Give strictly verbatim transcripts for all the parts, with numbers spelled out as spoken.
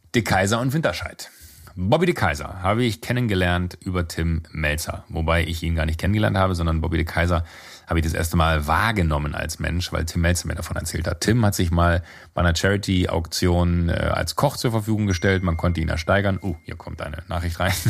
De Keyser und Winterscheid. Bobby de Keyser habe ich kennengelernt über Tim Melzer. Wobei ich ihn gar nicht kennengelernt habe, sondern Bobby de Keyser habe ich das erste Mal wahrgenommen als Mensch, weil Tim Melzer mir davon erzählt hat. Tim hat sich mal bei einer Charity-Auktion äh, als Koch zur Verfügung gestellt. Man konnte ihn ersteigern. Oh, hier kommt eine Nachricht rein.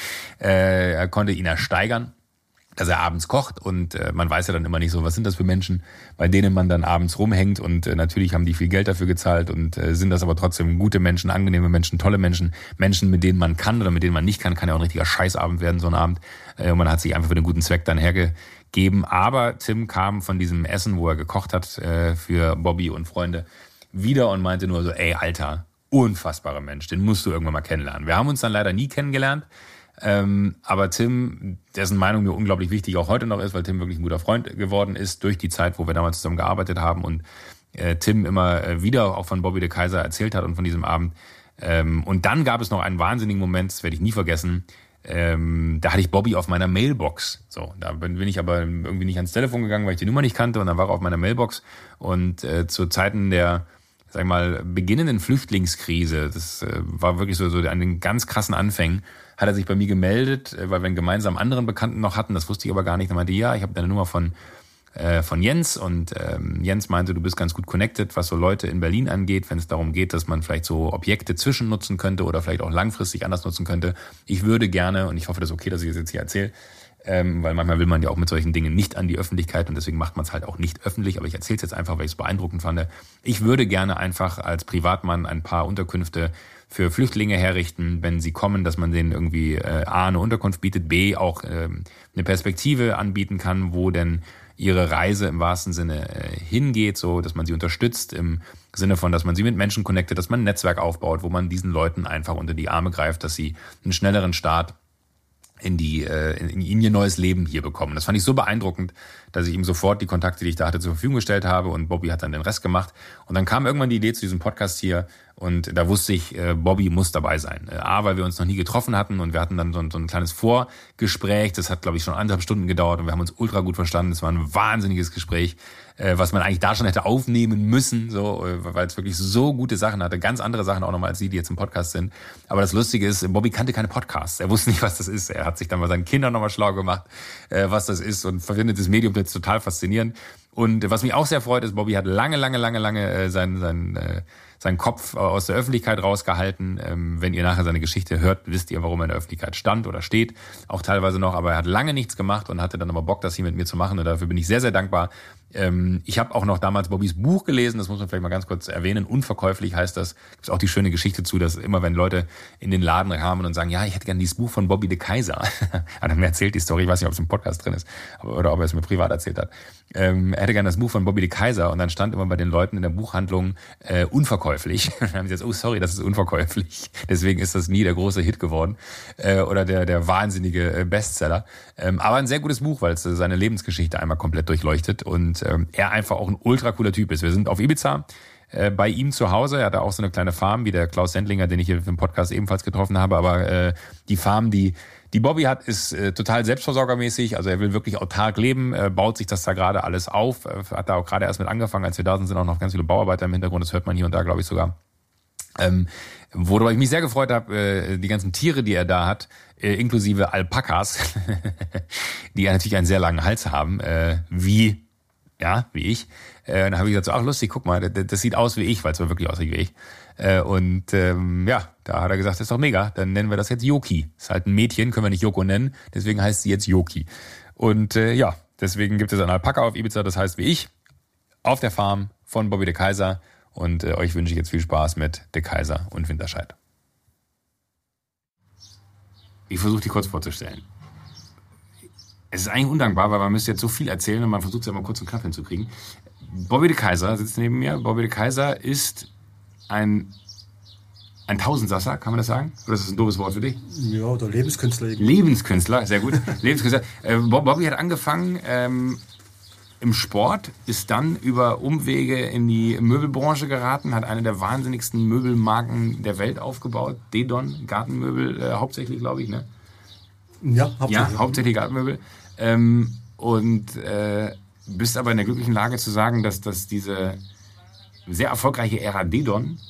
äh, er konnte ihn ersteigern, dass er abends kocht, und äh, man weiß ja dann immer nicht so, was sind das für Menschen, bei denen man dann abends rumhängt, und äh, natürlich haben die viel Geld dafür gezahlt und äh, sind das aber trotzdem gute Menschen, angenehme Menschen, tolle Menschen, Menschen, mit denen man kann oder mit denen man nicht kann, kann ja auch ein richtiger Scheißabend werden, so ein Abend. Äh, und man hat sich einfach für den guten Zweck dann hergegeben. Aber Tim kam von diesem Essen, wo er gekocht hat äh, für Bobby und Freunde, wieder und meinte nur so, ey, Alter, unfassbarer Mensch, den musst du irgendwann mal kennenlernen. Wir haben uns dann leider nie kennengelernt. Ähm, aber Tim, dessen Meinung mir unglaublich wichtig auch heute noch ist, weil Tim wirklich ein guter Freund geworden ist durch die Zeit, wo wir damals zusammen gearbeitet haben, und äh, Tim immer äh, wieder auch von Bobby de Keyser erzählt hat und von diesem Abend. Ähm, und dann gab es noch einen wahnsinnigen Moment, das werde ich nie vergessen. Ähm, da hatte ich Bobby auf meiner Mailbox. So, da bin, bin ich aber irgendwie nicht ans Telefon gegangen, weil ich die Nummer nicht kannte, und dann war er auf meiner Mailbox. Und äh, zu Zeiten der, sag ich mal, beginnenden Flüchtlingskrise, das äh, war wirklich so, so an den ganz krassen Anfängen, hat er sich bei mir gemeldet, weil wir einen gemeinsamen anderen Bekannten noch hatten. Das wusste ich aber gar nicht. Er meinte, ja, ich habe deine Nummer von äh, von Jens, und ähm, Jens meinte, du bist ganz gut connected, was so Leute in Berlin angeht, wenn es darum geht, dass man vielleicht so Objekte zwischennutzen könnte oder vielleicht auch langfristig anders nutzen könnte. Ich würde gerne, und ich hoffe, das ist okay, dass ich das jetzt hier erzähle, ähm, weil manchmal will man ja auch mit solchen Dingen nicht an die Öffentlichkeit, und deswegen macht man es halt auch nicht öffentlich, aber ich erzähle es jetzt einfach, weil ich es beeindruckend fand. Ich würde gerne einfach als Privatmann ein paar Unterkünfte für Flüchtlinge herrichten, wenn sie kommen, dass man denen irgendwie äh, A, eine Unterkunft bietet, B, auch äh, eine Perspektive anbieten kann, wo denn ihre Reise im wahrsten Sinne äh, hingeht, so dass man sie unterstützt im Sinne von, dass man sie mit Menschen connectet, dass man ein Netzwerk aufbaut, wo man diesen Leuten einfach unter die Arme greift, dass sie einen schnelleren Start in die äh, in, in ihr neues Leben hier bekommen. Das fand ich so beeindruckend, dass ich ihm sofort die Kontakte, die ich da hatte, zur Verfügung gestellt habe, und Bobby hat dann den Rest gemacht. Und dann kam irgendwann die Idee zu diesem Podcast hier, und da wusste ich, äh, Bobby muss dabei sein. Äh, A, weil wir uns noch nie getroffen hatten, und wir hatten dann so ein, so ein kleines Vorgespräch, das hat, glaube ich, schon anderthalb Stunden gedauert, und wir haben uns ultra gut verstanden. Es war ein wahnsinniges Gespräch, äh, was man eigentlich da schon hätte aufnehmen müssen, so, äh, weil es wirklich so gute Sachen hatte, ganz andere Sachen auch nochmal als die, die jetzt im Podcast sind. Aber das Lustige ist, Bobby kannte keine Podcasts. Er wusste nicht, was das ist. Er hat sich dann bei seinen Kindern nochmal schlau gemacht, äh, was das ist, und findet das Medium jetzt total faszinierend. Und was mich auch sehr freut, ist, Bobby hat lange, lange, lange, lange äh, sein, sein, äh, seinen Kopf aus der Öffentlichkeit rausgehalten. Ähm, wenn ihr nachher seine Geschichte hört, wisst ihr, warum er in der Öffentlichkeit stand oder steht. Auch teilweise noch, aber er hat lange nichts gemacht und hatte dann aber Bock, das hier mit mir zu machen. Und dafür bin ich sehr, sehr dankbar. Ähm, ich habe auch noch damals Bobbys Buch gelesen, das muss man vielleicht mal ganz kurz erwähnen. Unverkäuflich heißt das. Gibt auch die schöne Geschichte zu, dass immer, wenn Leute in den Laden kamen und sagen, ja, ich hätte gerne dieses Buch von Bobby de Keyser. Er hat mir erzählt die Story, ich weiß nicht, ob es im Podcast drin ist, oder ob er es mir privat erzählt hat. Ähm, er hätte gerne das Buch von Bobby de Keyser, und dann stand immer bei den Leuten in der Buchhandlung äh, unverkäuflich. Dann haben sie gesagt, oh sorry, das ist unverkäuflich. Deswegen ist das nie der große Hit geworden äh, oder der der wahnsinnige äh, Bestseller. Ähm, aber ein sehr gutes Buch, weil es äh, seine Lebensgeschichte einmal komplett durchleuchtet, und ähm, er einfach auch ein ultra cooler Typ ist. Wir sind auf Ibiza äh, bei ihm zu Hause. Er hat auch so eine kleine Farm, wie der Klaus Sendlinger, den ich hier im Podcast ebenfalls getroffen habe. Aber äh, die Farm, die die Bobby hat, ist äh, total selbstversorgermäßig. Also er will wirklich autark leben, äh, baut sich das da gerade alles auf. Äh, hat da auch gerade erst mit angefangen. Als wir da sind, sind auch noch ganz viele Bauarbeiter im Hintergrund. Das hört man hier und da, glaube ich, sogar. Ähm, worüber ich mich sehr gefreut habe, äh, die ganzen Tiere, die er da hat, äh, inklusive Alpakas, die ja natürlich einen sehr langen Hals haben, äh, wie ja, wie ich. Äh, dann habe ich gesagt, so, ach lustig, guck mal, das, das sieht aus wie ich, weil es mir wirklich aussieht wie ich. Äh, und ähm, ja, da hat er gesagt, das ist doch mega, dann nennen wir das jetzt Yoki. Ist halt ein Mädchen, können wir nicht Yoko nennen, deswegen heißt sie jetzt Yoki. Und äh, ja, deswegen gibt es einen Alpaka auf Ibiza, das heißt wie ich, auf der Farm von Bobby de Keyser. Und äh, euch wünsche ich jetzt viel Spaß mit de Keyser und Winterscheid. Ich versuche die kurz vorzustellen. Es ist eigentlich undankbar, weil man müsste jetzt so viel erzählen und man versucht es ja mal kurz und knapp hinzukriegen. Bobby de Keyser sitzt neben mir. Bobby de Keyser ist ein, ein Tausendsasser, kann man das sagen? Oder ist das ein doofes Wort für dich? Ja, oder Lebenskünstler. Lebenskünstler, sehr gut. Lebenskünstler. Äh, Bobby hat angefangen ähm, im Sport, ist dann über Umwege in die Möbelbranche geraten, hat eine der wahnsinnigsten Möbelmarken der Welt aufgebaut. Dedon, Gartenmöbel, äh, hauptsächlich, glaube ich, ne? Ja, hauptsächlich. Ja, hauptsächlich Gartenmöbel. Ähm, und äh, bist aber in der glücklichen Lage zu sagen, dass, dass diese sehr erfolgreiche Ära Dedon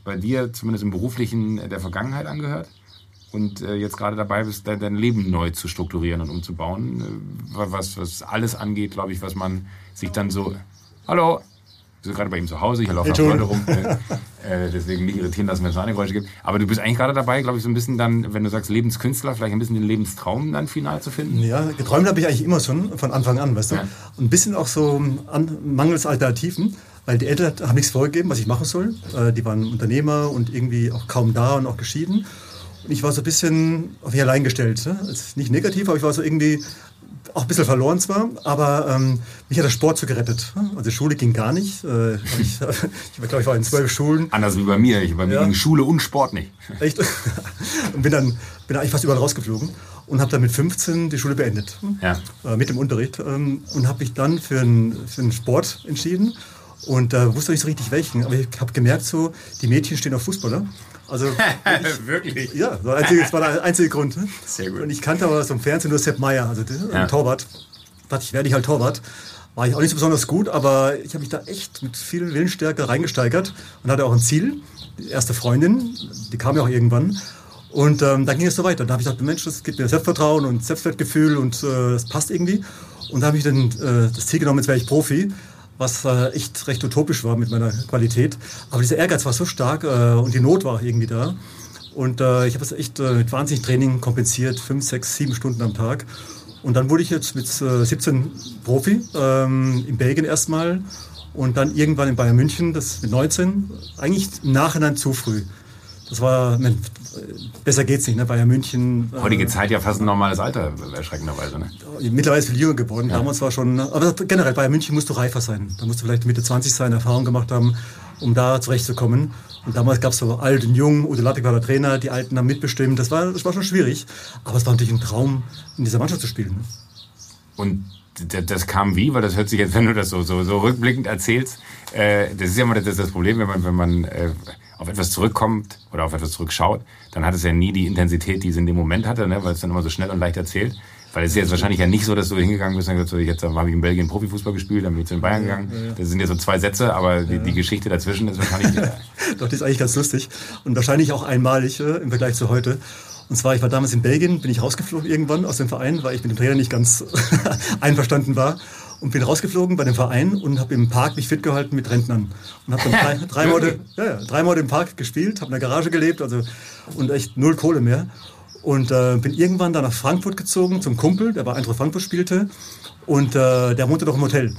bei dir zumindest im Beruflichen der Vergangenheit angehört und äh, jetzt gerade dabei bist, dein, dein Leben neu zu strukturieren und umzubauen, äh, was, was alles angeht, glaube ich, was man sich dann so... Hallo! Wir sind gerade bei ihm zu Hause, hier laufen hey, Leute rum. Äh, deswegen nicht irritieren lassen, wenn es so eine Geräusche gibt. Aber du bist eigentlich gerade dabei, glaube ich, so ein bisschen dann, wenn du sagst Lebenskünstler, vielleicht ein bisschen den Lebenstraum dann final zu finden? Ja, geträumt habe ich eigentlich immer schon, von Anfang an, weißt du. Ja. Ein bisschen auch so an, mangels Alternativen, weil die Eltern haben nichts vorgegeben, was ich machen soll. Äh, die waren Unternehmer und irgendwie auch kaum da und auch geschieden. Und ich war so ein bisschen auf mich allein gestellt. Ne? Also nicht negativ, aber ich war so irgendwie... auch ein bisschen verloren zwar, aber ähm, mich hat der Sport so gerettet. Also Schule ging gar nicht. Äh, ich ich glaube, ich war in zwölf Schulen. Anders wie bei mir. Ich, bei mir ja. ging Schule und Sport nicht. Echt? Und bin dann bin eigentlich fast überall rausgeflogen und habe dann mit fünfzehn die Schule beendet. Ja. Äh, mit dem Unterricht. Ähm, und habe mich dann für einen für einen Sport entschieden und äh, wusste nicht so richtig welchen. Aber ich habe gemerkt, so die Mädchen stehen auf Fußballer. Also ich, wirklich? Ja, das war der einzige Grund. Ne? Sehr gut. Und ich kannte aber so im Fernsehen nur Sepp Maier, also den ja. Torwart. Dachte ich, werde ich halt Torwart. War ich auch nicht so besonders gut, aber ich habe mich da echt mit viel Willensstärke reingesteigert und hatte auch ein Ziel. Die erste Freundin, die kam ja auch irgendwann. Und ähm, dann ging es so weiter. Da habe ich gedacht, Mensch, das gibt mir Selbstvertrauen und Selbstwertgefühl und äh, das passt irgendwie. Und da habe ich dann äh, das Ziel genommen, jetzt wäre ich Profi. Was äh, echt recht utopisch war mit meiner Qualität. Aber dieser Ehrgeiz war so stark äh, und die Not war irgendwie da. Und äh, ich habe das echt äh, mit wahnsinnig Training kompensiert, fünf, sechs, sieben Stunden am Tag. Und dann wurde ich jetzt mit äh, siebzehn Profi, ähm, in Belgien erstmal und dann irgendwann in Bayern München, das mit neunzehn, eigentlich im Nachhinein zu früh. Das war, man, besser geht's nicht, ne? Bayern München. Heutige äh, Zeit ja fast ein normales Alter, erschreckenderweise, ne? Mittlerweile ist viel jünger geworden. Ja. Damals war schon, aber generell Bayern München musst du reifer sein. Da musst du vielleicht Mitte zwanzig sein, Erfahrung gemacht haben, um da zurechtzukommen. Und damals gab es so alt und jung, Udo Lattek war der Trainer, die Alten haben mitbestimmt. Das war, das war schon schwierig. Aber es war natürlich ein Traum, in dieser Mannschaft zu spielen. Ne? Und das kam wie? Weil das hört sich jetzt, wenn du das so, so, so rückblickend erzählst, äh, das ist ja immer das, das Problem, wenn man, wenn man äh, auf etwas zurückkommt oder auf etwas zurückschaut, dann hat es ja nie die Intensität, die es in dem Moment hatte, ne? Weil es dann immer so schnell und leicht erzählt. Weil es ist jetzt wahrscheinlich ja nicht so, dass du hingegangen bist und gesagt hast, jetzt habe ich in Belgien Profifußball gespielt, dann bin ich zu den Bayern gegangen. Ja, ja. Das sind ja so zwei Sätze, aber die, ja. die Geschichte dazwischen ist wahrscheinlich... Doch, die ist eigentlich ganz lustig und wahrscheinlich auch einmalig äh, im Vergleich zu heute. Und zwar, ich war damals in Belgien, bin ich rausgeflogen irgendwann aus dem Verein, weil ich mit dem Trainer nicht ganz einverstanden war. Und bin rausgeflogen bei dem Verein und habe im Park mich fit gehalten mit Rentnern. Und habe dann drei, drei, Monate, ja, ja, drei Monate im Park gespielt, habe in der Garage gelebt also, und echt null Kohle mehr. Und äh, bin irgendwann dann nach Frankfurt gezogen zum Kumpel, der bei Eintracht Frankfurt spielte. Und äh, der wohnte doch im Hotel.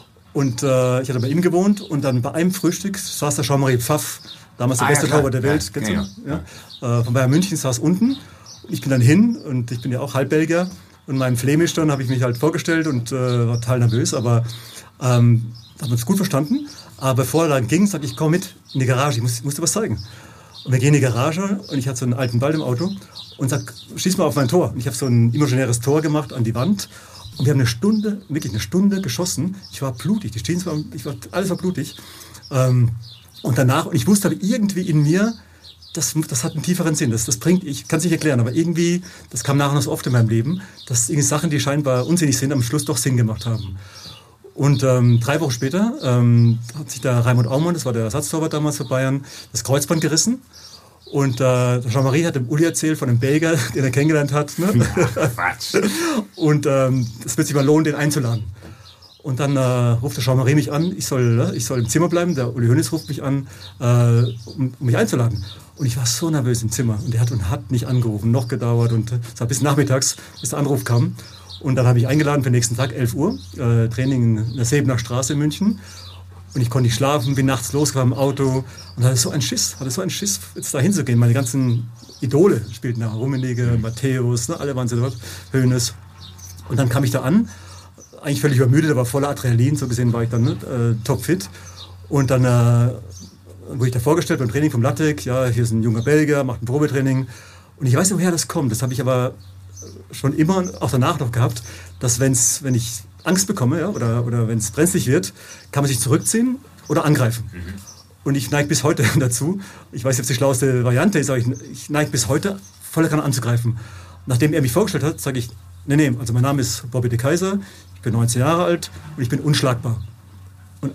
Und äh, ich hatte bei ihm gewohnt und dann bei einem Frühstück saß der Jean-Marie Pfaff, damals der ah, beste ja, Torwart der Welt, ja, kennst du? Ja. Ja. Äh, von Bayern München saß unten. Ich bin dann hin und ich bin ja auch Halbbelgier. Und in meinem Flämisch dann habe ich mich halt vorgestellt und äh, war total nervös, aber ähm, haben uns gut verstanden. Aber bevor er dann ging, sagte ich, komm mit in die Garage, ich muss, ich muss dir was zeigen. Und wir gehen in die Garage und ich hatte so einen alten Ball im Auto und sag, schieß mal auf mein Tor. Und ich habe so ein imaginäres Tor gemacht an die Wand und wir haben eine Stunde, wirklich eine Stunde geschossen. Ich war blutig, die Stehens waren, ich war, alles war blutig. Ähm, und danach, und ich wusste aber irgendwie in mir, Das, das hat einen tieferen Sinn. Das, das bringt, ich kann es nicht erklären, aber irgendwie, das kam nachher noch so oft in meinem Leben, dass irgendwie Sachen, die scheinbar unsinnig sind, am Schluss doch Sinn gemacht haben. Und ähm, drei Wochen später ähm, hat sich der Raimund Aumann, das war der Ersatztorwart damals für Bayern, das Kreuzband gerissen. Und äh, Jean-Marie hat dem Uli erzählt von dem Belgier, den er kennengelernt hat. Ne? Ja, und ähm, es wird sich mal lohnen, den einzuladen. Und dann äh, ruft der Jean-Marie mich an, ich soll, ich soll im Zimmer bleiben. Der Uli Hoeneß ruft mich an, äh, um, um mich einzuladen. Und ich war so nervös im Zimmer. Und der hat und hat nicht angerufen, noch gedauert. Und es war bis nachmittags, bis der Anruf kam. Und dann habe ich eingeladen für den nächsten Tag, elf Uhr, äh, Training in der Sebener Straße in München. Und ich konnte nicht schlafen, bin nachts losgefahren im Auto und hatte so einen Schiss, hatte so einen Schiss, jetzt da hinzugehen. Meine ganzen Idole spielten da, Rummenigge, Matthäus, ne, alle waren so dort, Hoeneß. Und dann kam ich da an, eigentlich völlig übermüdet, aber voller Adrenalin, so gesehen war ich dann ne, äh, topfit. Und dann äh, wurde ich da vorgestellt beim Training vom Lattek, ja, hier ist ein junger Belgier, macht ein Probetraining. Und ich weiß nicht, woher das kommt, das habe ich aber schon immer, auch danach noch gehabt, dass wenn's, wenn ich Angst bekomme, ja, oder, oder wenn es brenzlig wird, kann man sich zurückziehen oder angreifen. Mhm. Und ich neige bis heute dazu, ich weiß nicht, ob es die schlauste Variante ist, aber ich, ich neige bis heute, voller Kanne anzugreifen. Nachdem er mich vorgestellt hat, sage ich, nee, nee, also mein Name ist Bobby de Keyser, ich bin neunzehn Jahre alt und ich bin unschlagbar. Und alle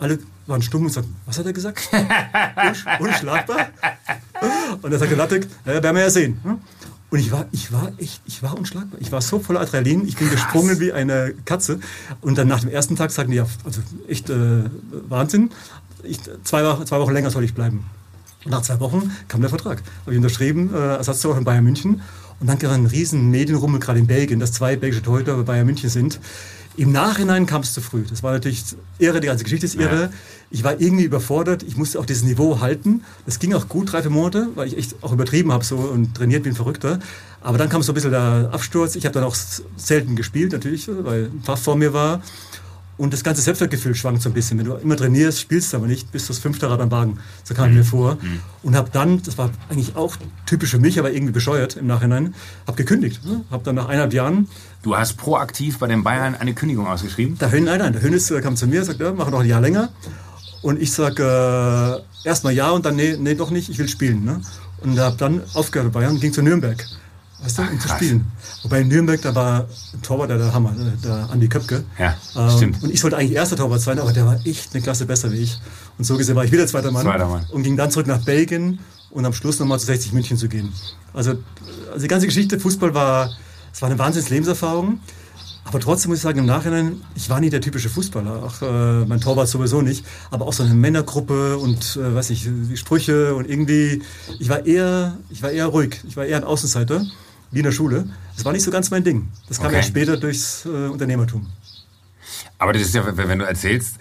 waren stumm und sagten, was hat er gesagt? Unschlagbar? Und dann sagte Lattek, ja, werden wir ja sehen. Und ich war, ich war echt, ich war unschlagbar. Ich war so voller Adrenalin, ich bin Krass. gesprungen wie eine Katze. Und dann nach dem ersten Tag sagten die, ja, also echt äh, Wahnsinn. Ich, zwei, Wochen, zwei Wochen länger soll ich bleiben. Und nach zwei Wochen kam der Vertrag. Habe ich unterschrieben, äh, Ersatztorwart von Bayern München. Und dann kam ein riesen Medienrummel, gerade in Belgien, dass zwei belgische Torhüter bei Bayern München sind. Im Nachhinein kam es zu früh. Das war natürlich irre, die ganze Geschichte ist irre. Ja. Ich war irgendwie überfordert, ich musste auch dieses Niveau halten. Das ging auch gut, drei, vier Monate, weil ich echt auch übertrieben habe so und trainiert wie ein Verrückter. Aber dann kam so ein bisschen der Absturz. Ich habe dann auch selten gespielt natürlich, weil ein Fach vor mir war. Und das ganze Selbstwertgefühl schwankt so ein bisschen. Wenn du immer trainierst, spielst du aber nicht, bist du das fünfte Rad am Wagen. So kam ich mir vor. Mhm. Und habe dann, das war eigentlich auch typisch für mich, aber irgendwie bescheuert im Nachhinein, habe gekündigt. Habe dann nach eineinhalb Jahren... Du hast proaktiv bei den Bayern eine Kündigung ausgeschrieben? Der Hönes, nein, nein, der Hönes kam zu mir und sagte, ja, mach noch ein Jahr länger. Und ich sage äh, erstmal ja und dann nee, nee, doch nicht, ich will spielen. Ne? Und habe dann aufgehört bei Bayern und ging zu Nürnberg. Weißt du, um zu spielen. Wobei in Nürnberg, da war ein Torwart, der, der Hammer, der Andi Köpke. Ja, ähm, stimmt. Und ich sollte eigentlich erster Torwart sein, aber der war echt eine Klasse besser wie ich. Und so gesehen war ich wieder zweiter Mann. Zweiter Mann. Und ging dann zurück nach Belgien und am Schluss nochmal zu sechzig München zu gehen. Also, also die ganze Geschichte, Fußball war, es war eine wahnsinns Lebenserfahrung. Aber trotzdem muss ich sagen, im Nachhinein, ich war nie der typische Fußballer. Ach, äh, mein Torwart sowieso nicht. Aber auch so eine Männergruppe und, äh, weiß ich, die Sprüche und irgendwie, ich war eher, ich war eher ruhig. Ich war eher ein Außenseiter, wie in der Schule. Das war nicht so ganz mein Ding. Das kam okay. erst später durchs äh, Unternehmertum. Aber das ist ja, wenn du erzählst,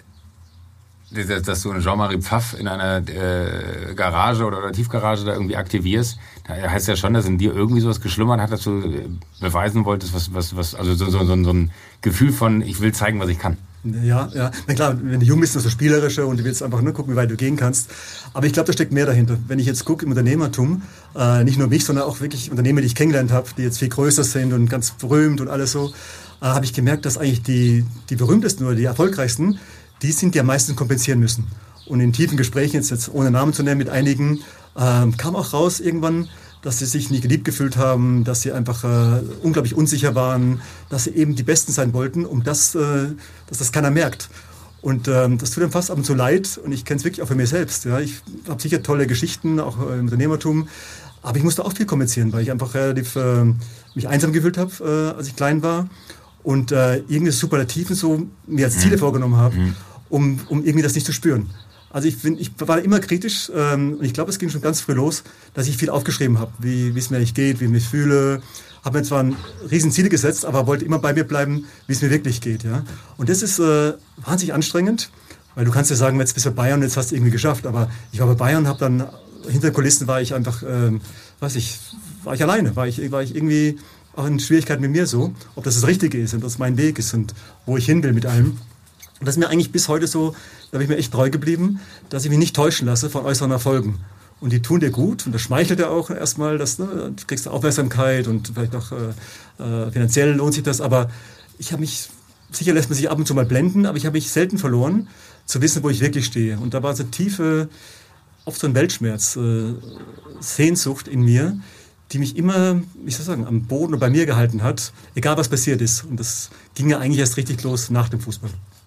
dass du einen Jean-Marie Pfaff in einer äh, Garage oder, oder Tiefgarage da irgendwie aktivierst, da heißt ja schon, dass in dir irgendwie sowas geschlummert hat, dass du beweisen wolltest, was, was, was, also so, so, so, so ein Gefühl von, ich will zeigen, was ich kann. Ja, ja. Na klar, wenn du jung bist, ist das so spielerische und du willst einfach nur gucken, wie weit du gehen kannst. Aber ich glaube, da steckt mehr dahinter. Wenn ich jetzt gucke im Unternehmertum, äh, nicht nur mich, sondern auch wirklich Unternehmer, die ich kennengelernt habe, die jetzt viel größer sind und ganz berühmt und alles so, äh, habe ich gemerkt, dass eigentlich die, die berühmtesten oder die erfolgreichsten, die sind, die am meisten kompensieren müssen. Und in tiefen Gesprächen, jetzt, jetzt ohne Namen zu nennen, mit einigen, äh, kam auch raus irgendwann, dass sie sich nicht geliebt gefühlt haben, dass sie einfach äh, unglaublich unsicher waren, dass sie eben die Besten sein wollten, um das, äh, dass das keiner merkt. Und ähm, das tut einem fast ab und zu leid und ich kenne es wirklich auch für mich selbst. Ja. Ich habe sicher tolle Geschichten, auch äh, im Unternehmertum, aber ich musste auch viel kompensieren, weil ich einfach relativ äh, mich einsam gefühlt habe, äh, als ich klein war und äh, irgendwie Superlativen so mir als Ziele mhm. vorgenommen habe, mhm. um, um irgendwie das nicht zu spüren. Also ich, bin, ich war immer kritisch ähm, und ich glaube, es ging schon ganz früh los, dass ich viel aufgeschrieben habe, wie es mir eigentlich geht, wie ich mich fühle. Habe mir zwar ein riesen Ziel gesetzt, aber wollte immer bei mir bleiben, wie es mir wirklich geht. Ja? Und das ist äh, wahnsinnig anstrengend, weil du kannst ja sagen, jetzt bist du bei Bayern, jetzt hast du irgendwie geschafft. Aber ich war bei Bayern, habe dann, hinter den Kulissen war ich einfach, ähm, weiß ich, war ich alleine, war ich, war ich irgendwie auch in Schwierigkeiten mit mir so, ob das das Richtige ist und was mein Weg ist und wo ich hin will mit allem. Und das ist mir eigentlich bis heute so, da bin ich mir echt treu geblieben, dass ich mich nicht täuschen lasse von äußeren Erfolgen. Und die tun dir gut und das schmeichelt dir auch erstmal, dass, ne, du kriegst Aufmerksamkeit und vielleicht auch äh, äh, finanziell lohnt sich das, aber ich habe mich, sicher lässt man sich ab und zu mal blenden, aber ich habe mich selten verloren, zu wissen, wo ich wirklich stehe. Und da war so eine tiefe, oft so ein Weltschmerz, äh, Sehnsucht in mir, die mich immer, wie soll ich sagen, am Boden oder bei mir gehalten hat, egal was passiert ist. Und das ging ja eigentlich erst richtig los nach dem Fußball.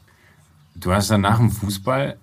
Du hast dann nach dem Fußball,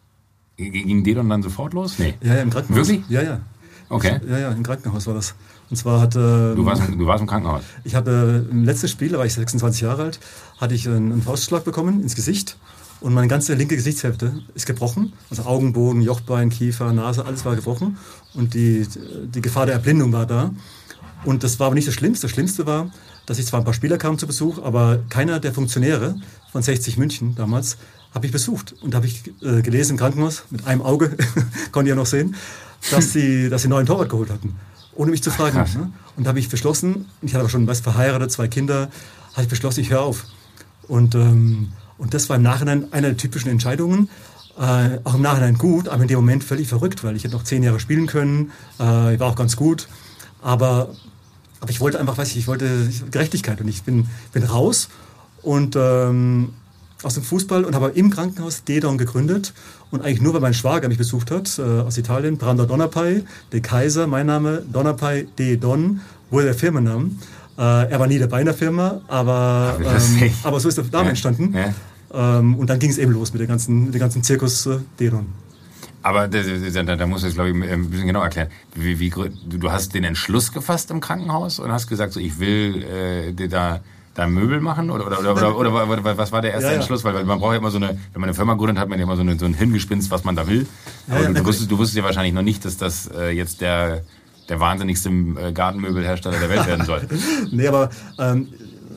ging dir dann sofort los? Nee. Ja, ja, im Krankenhaus. Wirklich? Ja, ja. Okay. Ich, ja, ja, im Krankenhaus war das. Und zwar hatte... Du warst, du warst im Krankenhaus? Ich hatte im letzten Spiel, da war ich sechsundzwanzig Jahre alt, hatte ich einen, einen Faustschlag bekommen ins Gesicht und meine ganze linke Gesichtshälfte ist gebrochen. Also Augenbogen, Jochbein, Kiefer, Nase, alles war gebrochen und die, die Gefahr der Erblindung war da. Und das war aber nicht das Schlimmste. Das Schlimmste war, dass ich zwar ein paar Spieler kamen zu Besuch, aber keiner der Funktionäre von sechzig München damals habe ich besucht. Und da habe ich äh, gelesen im Krankenhaus, mit einem Auge, konnte ich ja noch sehen, dass sie, dass sie einen neuen Torwart geholt hatten. Ohne mich zu fragen. Ach, ne? Und da habe ich beschlossen, ich hatte aber schon was verheiratet, zwei Kinder, habe ich beschlossen, ich höre auf. Und, ähm, und das war im Nachhinein eine der typischen Entscheidungen. Äh, auch im Nachhinein gut, aber in dem Moment völlig verrückt, weil ich hätte noch zehn Jahre spielen können. Äh, ich war auch ganz gut. Aber, aber ich wollte einfach, weiß ich, ich wollte Gerechtigkeit. Und ich bin, bin raus und ähm, aus dem Fußball und habe im Krankenhaus Dedon gegründet. Und eigentlich nur, weil mein Schwager mich besucht hat, äh, aus Italien, Brando Donnapai, De Kaiser, mein Name, Donnapai Dedon, wurde der Firmenname. Äh, er war nie dabei in der Firma, aber, ähm, aber so ist der Name ja. entstanden. Ja. Ähm, und dann ging es eben los mit der ganzen, mit dem ganzen Zirkus äh, Denon. Aber da, da, da musst du es, glaube ich, ein bisschen genau erklären. Wie, wie, du hast den Entschluss gefasst im Krankenhaus und hast gesagt, so, ich will äh, da, da Möbel machen? Oder, oder, oder, oder, oder, oder was war der erste ja, ja. Entschluss? Weil, weil man braucht ja immer so eine, wenn man eine Firma gründet, hat man ja immer so, eine, so ein Hingespinst, was man da will. Aber ja, ja, du, du, wusstest, du wusstest ja wahrscheinlich noch nicht, dass das äh, jetzt der, der wahnsinnigste äh, Gartenmöbelhersteller der Welt werden soll. Nee, aber... Ähm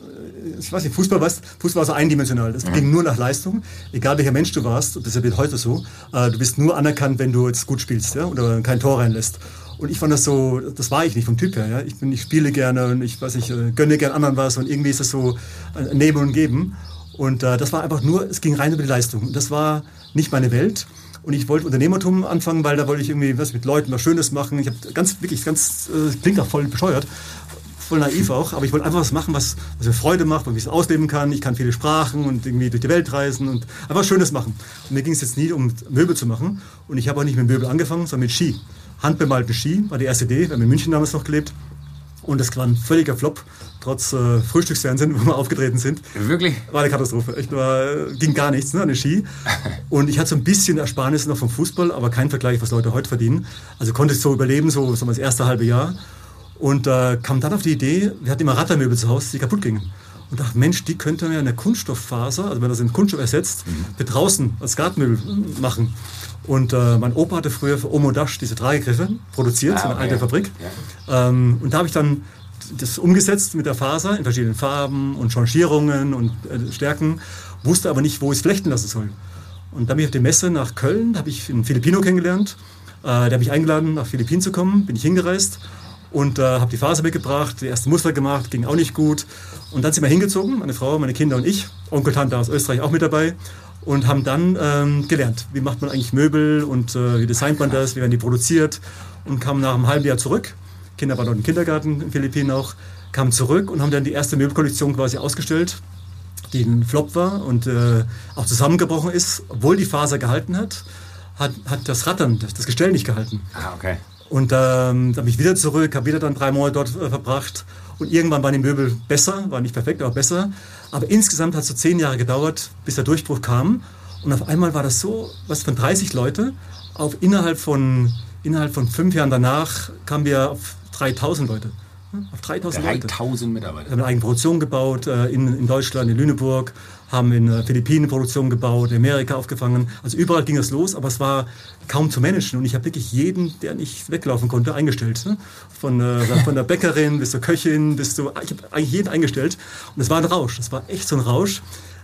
ich weiß nicht, Fußball, weißt, Fußball war so eindimensional. Das mhm. ging nur nach Leistung. Egal welcher Mensch du warst, und das wird heute so, äh, du bist nur anerkannt, wenn du jetzt gut spielst, ja, oder kein Tor reinlässt. Und ich fand das so, das war ich nicht vom Typ her. Ja. Ich, bin, ich spiele gerne und ich, weiß ich, gönne gerne anderen was und irgendwie ist das so ein Nehmen und Geben. Und äh, das war einfach nur, es ging rein über die Leistung. Und das war nicht meine Welt. Und ich wollte Unternehmertum anfangen, weil da wollte ich irgendwie was mit Leuten, was Schönes machen. Ich habe ganz, wirklich, ganz, äh, klingt auch voll bescheuert, voll naiv auch, aber ich wollte einfach was machen, was, was mir Freude macht, wo ich es ausleben kann. Ich kann viele Sprachen und irgendwie durch die Welt reisen und einfach Schönes machen. Und mir ging es jetzt nie um Möbel zu machen. Und ich habe auch nicht mit Möbel angefangen, sondern mit Ski. Handbemalten Ski war die erste Idee. Wir haben in München damals noch gelebt. Und das war ein völliger Flop, trotz äh, Frühstücksfernsehen, wo wir aufgetreten sind. Wirklich? War eine Katastrophe. Echt, war, ging gar nichts, ne, an den Ski. Und ich hatte so ein bisschen Ersparnisse noch vom Fußball, aber kein Vergleich, was Leute heute verdienen. Also konnte ich so überleben, so, so das erste halbe Jahr. Und äh, kam dann auf die Idee, wir hatten immer Rattermöbel zu Hause, die kaputt gingen. Und dachte, Mensch, die könnte man ja eine Kunststofffaser, also wenn man das in Kunststoff ersetzt, mhm. für draußen als Gartenmöbel machen. Und äh, mein Opa hatte früher für Omo Dash diese Tragegriffe produziert, ah, okay. in einer alten Fabrik. Ja. Ähm, und da habe ich dann das umgesetzt mit der Faser in verschiedenen Farben und Changierungen und äh, Stärken, wusste aber nicht, wo ich es flechten lassen soll. Und dann bin ich auf die Messe nach Köln, da habe ich einen Filipino kennengelernt, äh, der hat mich eingeladen, nach Philippinen zu kommen, bin ich hingereist. Und äh, habe die Faser mitgebracht, die ersten Muster gemacht, ging auch nicht gut. Und dann sind wir hingezogen, meine Frau, meine Kinder und ich, Onkel, Tante aus Österreich auch mit dabei. Und haben dann ähm, gelernt, wie macht man eigentlich Möbel und äh, wie designt man das, wie werden die produziert. Und kamen nach einem halben Jahr zurück. Kinder waren dort im Kindergarten, in den Philippinen auch. Kamen zurück und haben dann die erste Möbelkollektion quasi ausgestellt, die ein Flop war und äh, auch zusammengebrochen ist. Obwohl die Faser gehalten hat, hat, hat das Rattern, das Gestell nicht gehalten. Ah, okay. Und ähm, dann bin ich wieder zurück, habe wieder dann drei Monate dort äh, verbracht. Und irgendwann waren die Möbel besser, waren nicht perfekt, aber besser. Aber insgesamt hat es so zehn Jahre gedauert, bis der Durchbruch kam. Und auf einmal war das so, was von dreißig Leute, auf innerhalb von, innerhalb von fünf Jahren danach kamen wir auf dreitausend Leute. Auf dreitausend Leute. dreitausend Mitarbeiter. Wir haben eine eigene Produktion gebaut, äh, in, in Deutschland, in Lüneburg, haben in äh, Philippinen Produktion gebaut, in Amerika aufgefangen. Also überall ging es los, aber es war kaum zu managen. Und ich habe wirklich jeden, der nicht weglaufen konnte, eingestellt. Ne? Von, äh, von der Bäckerin bis zur Köchin, bis zu, ich habe eigentlich jeden eingestellt. Und es war ein Rausch, es war echt so ein Rausch,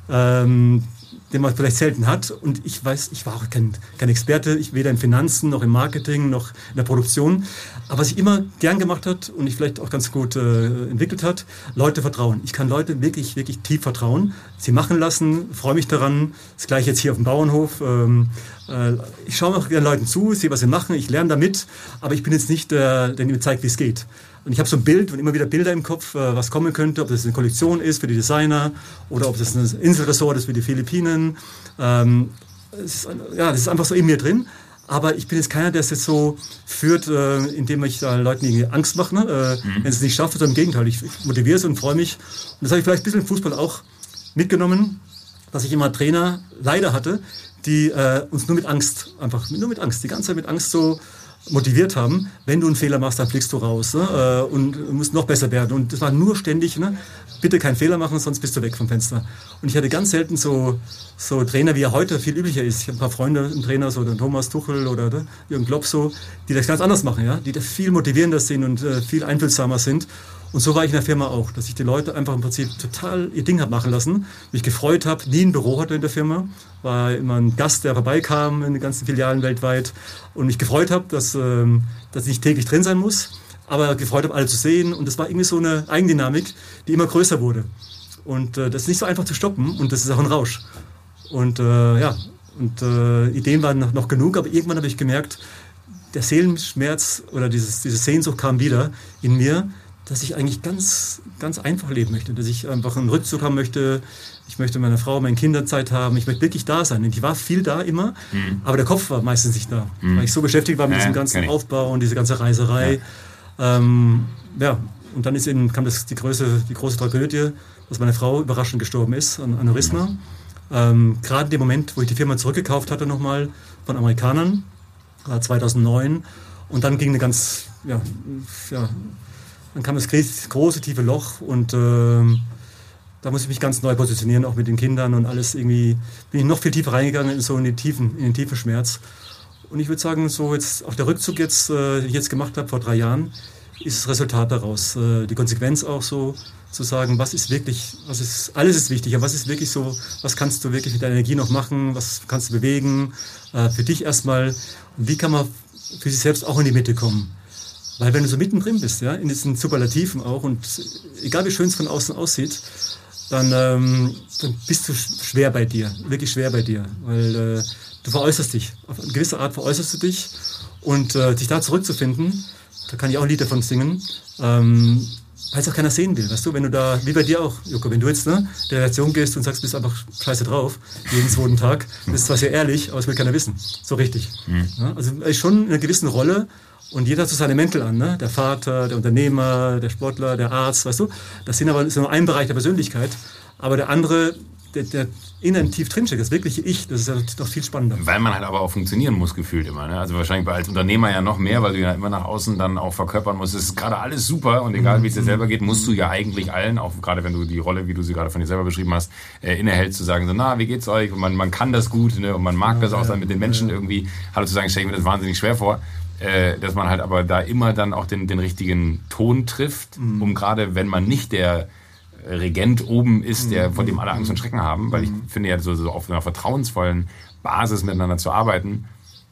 ähm, den man vielleicht selten hat. Und ich weiß, ich war auch kein, kein Experte, ich weder in Finanzen, noch im Marketing, noch in der Produktion. Aber was ich immer gern gemacht hat und ich vielleicht auch ganz gut äh, entwickelt hat, Leute vertrauen. Ich kann Leute wirklich, wirklich tief vertrauen, sie machen lassen, freue mich daran. Das gleiche jetzt hier auf dem Bauernhof. Ähm, äh, ich schaue auch gerne Leuten zu, sehe, was sie machen, ich lerne damit, aber ich bin jetzt nicht der, der mir zeigt, wie es geht. Und ich habe so ein Bild und immer wieder Bilder im Kopf, was kommen könnte, ob das eine Kollektion ist für die Designer oder ob das ein Inselresort ist für die Philippinen. Ähm, es ist, ja, das ist einfach so in mir drin. Aber ich bin jetzt keiner, der es jetzt so führt, äh, indem ich da Leuten irgendwie Angst mache, ne? äh, mhm. wenn es nicht schafft, sondern im Gegenteil. Ich, ich motiviere es und freue mich. Und das habe ich vielleicht ein bisschen im Fußball auch mitgenommen, dass ich immer Trainer leider hatte, die äh, uns nur mit Angst, einfach nur mit Angst, die ganze Zeit mit Angst so motiviert haben, wenn du einen Fehler machst, dann fliegst du raus, ne? Und musst noch besser werden. Und das war nur ständig, ne? Bitte keinen Fehler machen, sonst bist du weg vom Fenster. Und ich hatte ganz selten so, so Trainer, wie er heute viel üblicher ist. Ich habe ein paar Freunde, einen Trainer, so der Thomas Tuchel oder der Jürgen Klopp, so, die das ganz anders machen, ja? Die da viel motivierender sind und äh, viel einfühlsamer sind. Und so war ich in der Firma auch, dass ich die Leute einfach im Prinzip total ihr Ding habe machen lassen, mich gefreut habe, nie ein Büro hatte in der Firma, war immer ein Gast, der vorbeikam in den ganzen Filialen weltweit und mich gefreut habe, dass, ähm, dass ich nicht täglich drin sein muss, aber gefreut habe, alle zu sehen und das war irgendwie so eine Eigendynamik, die immer größer wurde und äh, das ist nicht so einfach zu stoppen und das ist auch ein Rausch und äh, ja, und äh, Ideen waren noch, noch genug, aber irgendwann habe ich gemerkt, der Seelenschmerz oder dieses, diese Sehnsucht kam wieder in mir, dass ich eigentlich ganz, ganz einfach leben möchte, dass ich einfach einen Rückzug haben möchte, ich möchte meine Frau, meine Kinder Zeit haben, ich möchte wirklich da sein. Und ich war viel da immer, mhm. aber der Kopf war meistens nicht da, mhm. weil ich so beschäftigt war mit ja, diesem ganzen Aufbau und diese ganze Reiserei. Ja, ähm, ja. Und dann ist eben, kam das, die, große, die große Tragödie, dass meine Frau überraschend gestorben ist an Aneurysma. Ähm, gerade in dem Moment, wo ich die Firma zurückgekauft hatte nochmal von Amerikanern, äh, zweitausendneun. Und dann ging eine ganz, ja, ja dann kam das große, tiefe Loch und äh, da muss ich mich ganz neu positionieren, auch mit den Kindern und alles irgendwie, bin ich noch viel tiefer reingegangen in so in den tiefen, in den tiefen Schmerz. Und ich würde sagen, so jetzt auch der Rückzug jetzt, äh, den ich jetzt gemacht habe vor drei Jahren, ist das Resultat daraus. Äh, die Konsequenz auch so, zu sagen, was ist wirklich, was ist, alles ist wichtig, aber was ist wirklich so, was kannst du wirklich mit deiner Energie noch machen, was kannst du bewegen, äh, für dich erstmal, und wie kann man für sich selbst auch in die Mitte kommen. Weil wenn du so mittendrin bist, ja, in diesen Superlativen auch, und egal wie schön es von außen aussieht, dann, ähm, dann bist du schwer bei dir, wirklich schwer bei dir, weil äh, du veräußerst dich, auf eine gewisse Art veräußerst du dich und äh, dich da zurückzufinden, da kann ich auch ein Lied davon singen, ähm, weil es auch keiner sehen will, weißt du, wenn du da, wie bei dir auch, Joko, wenn du jetzt ne, der Redaktion gehst und sagst, bist einfach scheiße drauf, jeden zweiten Tag, das ist zwar sehr ehrlich, aber es will keiner wissen, so richtig. Mhm. Ja, also ist schon in einer gewissen Rolle und jeder hat so seine Mäntel an, ne? Der Vater, der Unternehmer, der Sportler, der Arzt, weißt du, das sind aber ist nur ein Bereich der Persönlichkeit, aber der andere, der, der innen tief drinsteckt, das wirkliche Ich, das ist ja noch viel spannender. Weil man halt aber auch funktionieren muss, gefühlt immer. Ne? Also wahrscheinlich als Unternehmer ja noch mehr, weil du ja immer nach außen dann auch verkörpern musst. Es ist gerade alles super und egal wie es dir selber geht, musst du ja eigentlich allen, auch gerade wenn du die Rolle, wie du sie gerade von dir selber beschrieben hast, äh, innehältst, zu sagen so, na, wie geht's euch? Und man, man kann das gut, ne? Und man mag ja, das auch dann mit den Menschen ja. irgendwie. Hallo zu sagen, stelle ich mir das wahnsinnig schwer vor. Äh, dass man halt aber da immer dann auch den, den richtigen Ton trifft, mhm. um gerade, wenn man nicht der Regent oben ist, der, von dem alle Angst und Schrecken haben, weil ich finde ja, so, so auf einer vertrauensvollen Basis miteinander zu arbeiten,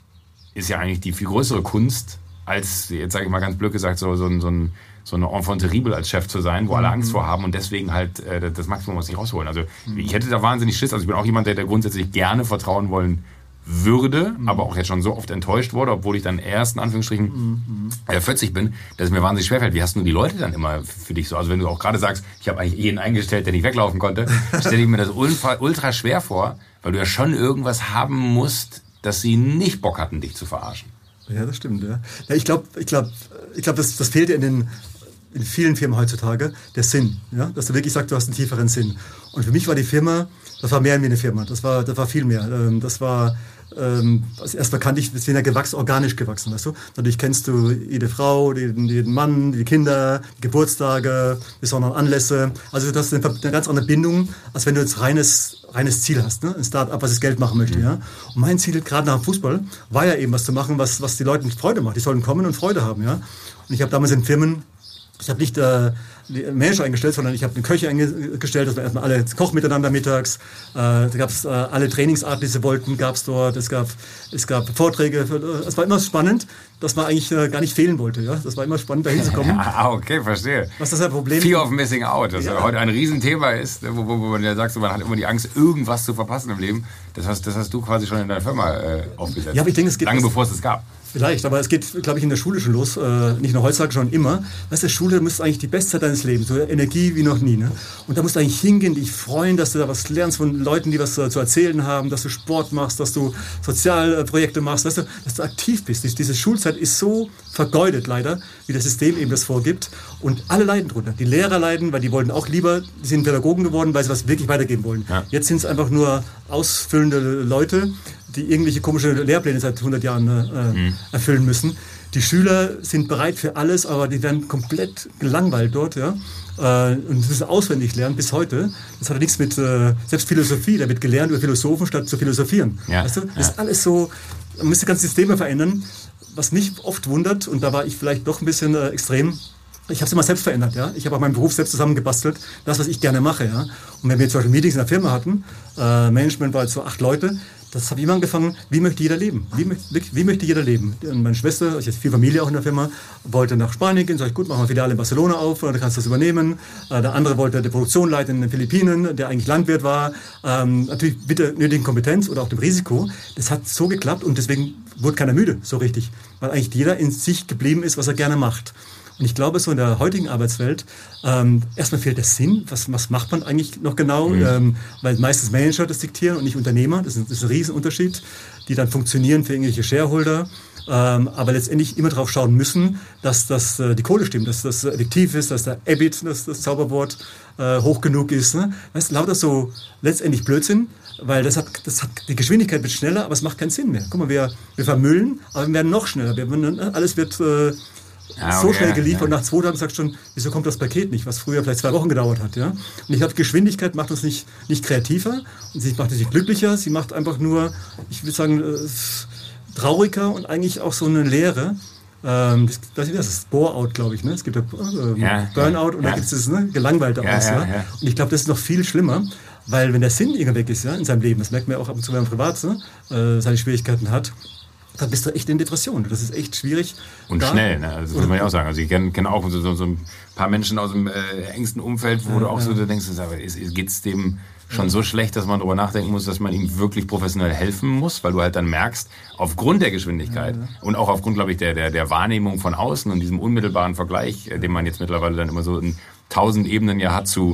ist ja eigentlich die viel größere Kunst, als, jetzt sage ich mal ganz blöd gesagt, so, so, so, ein, so eine Enfant terrible als Chef zu sein, wo alle Angst vor haben und deswegen halt äh, das Maximum aus sich rausholen. Also ich hätte da wahnsinnig Schiss, also ich bin auch jemand, der, der grundsätzlich gerne vertrauen wollen würde, mhm. aber auch jetzt schon so oft enttäuscht wurde, obwohl ich dann erst in Anführungsstrichen mhm. äh, vierzig bin, dass es mir wahnsinnig schwerfällt. Wie hast du die Leute dann immer für dich so? Also wenn du auch gerade sagst, ich habe eigentlich jeden eingestellt, der nicht weglaufen konnte, stelle ich mir das ultra, ultra schwer vor, weil du ja schon irgendwas haben musst, dass sie nicht Bock hatten, dich zu verarschen. Ja, das stimmt. Ja, ja ich glaube, ich glaube, ich glaube, das, das fehlt ja in den in vielen Firmen heutzutage, der Sinn. Ja? Dass du wirklich sagst, du hast einen tieferen Sinn. Und für mich war die Firma, das war mehr wie eine Firma, das war, das war viel mehr. Das war, ähm, also erstmal kannte ich, wir sind ja gewachsen, organisch gewachsen, weißt du. Natürlich kennst du jede Frau, jeden, jeden Mann, die Kinder, die Geburtstage, besondere Anlässe. Also das ist eine, eine ganz andere Bindung, als wenn du jetzt reines, reines Ziel hast, ne? Ein Start-up, was das Geld machen möchte. Mhm. Ja? Und mein Ziel, gerade nach dem Fußball, war ja eben was zu machen, was, was die Leuten Freude macht. Die sollen kommen und Freude haben. Ja? Und ich habe damals in Firmen, ich habe nicht äh, Manager eingestellt, sondern ich habe eine Köche eingestellt, dass wir erstmal alle kochen miteinander mittags. Äh, da gab es äh, alle Trainingsarten, die sie wollten, gab es dort. Es gab, es gab Vorträge. Für, äh, es war immer spannend, dass man eigentlich äh, gar nicht fehlen wollte. Ja? Das war immer spannend, da hinzukommen. Ah, okay, verstehe. Was ist das Problem? Fear of missing out, das ja. heute ein Riesenthema ist, wo, wo, wo man ja sagt, so, man hat immer die Angst, irgendwas zu verpassen im Leben. Das hast, das hast du quasi schon in deiner Firma äh, aufgesetzt. Ja, aber ich denke, es geht lange bevor es das gab. Vielleicht, aber es geht, glaube ich, in der Schule schon los. Äh, nicht nur heutzutage, schon immer. Weißt du, Schule müsste eigentlich die beste Zeit deines Lebens, so Energie wie noch nie. Ne? Und da musst du eigentlich hingehen, dich freuen, dass du da was lernst von Leuten, die was äh, zu erzählen haben, dass du Sport machst, dass du Sozialprojekte machst, weißt du, dass du aktiv bist. Dies, diese Schulzeit ist so vergeudet, leider, wie das System eben das vorgibt. Und alle leiden drunter. Die Lehrer leiden, weil die wollten auch lieber, die sind Pädagogen geworden, weil sie was wirklich weitergeben wollen. Ja. Jetzt sind es einfach nur ausfüllende Leute, die irgendwelche komische Lehrpläne seit hundert Jahren äh, mhm. erfüllen müssen. Die Schüler sind bereit für alles, aber die werden komplett gelangweilt dort. Ja? Äh, und müssen auswendig lernen bis heute. Das hat ja nichts mit, äh, selbst Philosophie, da wird gelernt über Philosophen statt zu philosophieren. Ja. Weißt du? Das ja. ist alles so, man müsste ganze Systeme verändern, was mich oft wundert, und da war ich vielleicht doch ein bisschen äh, extrem. Ich habe es immer selbst verändert, ja. Ich habe auch meinen Beruf selbst zusammengebastelt, das, was ich gerne mache, ja. Und wenn wir zum Beispiel Meetings in der Firma hatten, äh, Management war jetzt so acht Leute, das habe ich immer angefangen, wie möchte jeder leben? Wie, wie, wie möchte jeder leben? Und meine Schwester, ich habe viel Familie auch in der Firma, wollte nach Spanien gehen, sag ich, gut, machen wir Filiale in Barcelona auf, da kannst du das übernehmen. Äh, der andere wollte die Produktion leiten in den Philippinen, der eigentlich Landwirt war. Ähm, natürlich mit der nötigen Kompetenz oder auch dem Risiko. Das hat so geklappt und deswegen wurde keiner müde, so richtig. Weil eigentlich jeder in sich geblieben ist, was er gerne macht. Und ich glaube, so in der heutigen Arbeitswelt, ähm, erstmal fehlt der Sinn. Was, was macht man eigentlich noch genau? Mhm. Ähm, weil meistens Manager das diktieren und nicht Unternehmer. Das ist, das ist ein Riesenunterschied, die dann funktionieren für irgendwelche Shareholder. Ähm, aber letztendlich immer darauf schauen müssen, dass das, äh, die Kohle stimmt, dass das effektiv ist, dass der E B I T, das, das Zauberwort, äh, hoch genug ist. Ne? Weißt du, lauter so letztendlich Blödsinn. weil das hat, das hat, die Geschwindigkeit wird schneller, aber es macht keinen Sinn mehr. Guck mal, wir, wir vermüllen, aber wir werden noch schneller. Wir, alles wird äh, Ah, so okay, schnell geliefert. ja. Und nach zwei Tagen sagst du schon, wieso kommt das Paket nicht, was früher vielleicht zwei Wochen gedauert hat. Ja? Und ich glaube, Geschwindigkeit macht uns nicht, nicht kreativer und sie macht uns nicht glücklicher. Sie macht einfach nur, ich würde sagen, äh, trauriger und eigentlich auch so eine Leere. Ähm, das, das ist Bore-out, glaube ich. Ne? Es gibt ja, äh, Ja, Burnout ja, und ja. da gibt es das ne? Gelangweilte Ja, aus. ja, Ja? ja. Und ich glaube, das ist noch viel schlimmer, weil wenn der Sinn irgendwann weg ist ja, in seinem Leben, das merkt man ja auch ab und zu, wenn man privat ne? äh, seine Schwierigkeiten hat, dann bist du echt in Depression. Das ist echt schwierig. Und da, schnell, ne? Also, das muss man ja auch sagen. Also ich kenne kenn auch so, so, so ein paar Menschen aus dem äh, engsten Umfeld, wo Ja, du auch ja. so denkst, geht es dem schon so schlecht, dass man darüber nachdenken muss, dass man ihm wirklich professionell helfen muss, weil du halt dann merkst, aufgrund der Geschwindigkeit Ja, ja. und auch aufgrund, glaube ich, der, der, der Wahrnehmung von außen und diesem unmittelbaren Vergleich, äh, den man jetzt mittlerweile dann immer so in tausend Ebenen ja hat zu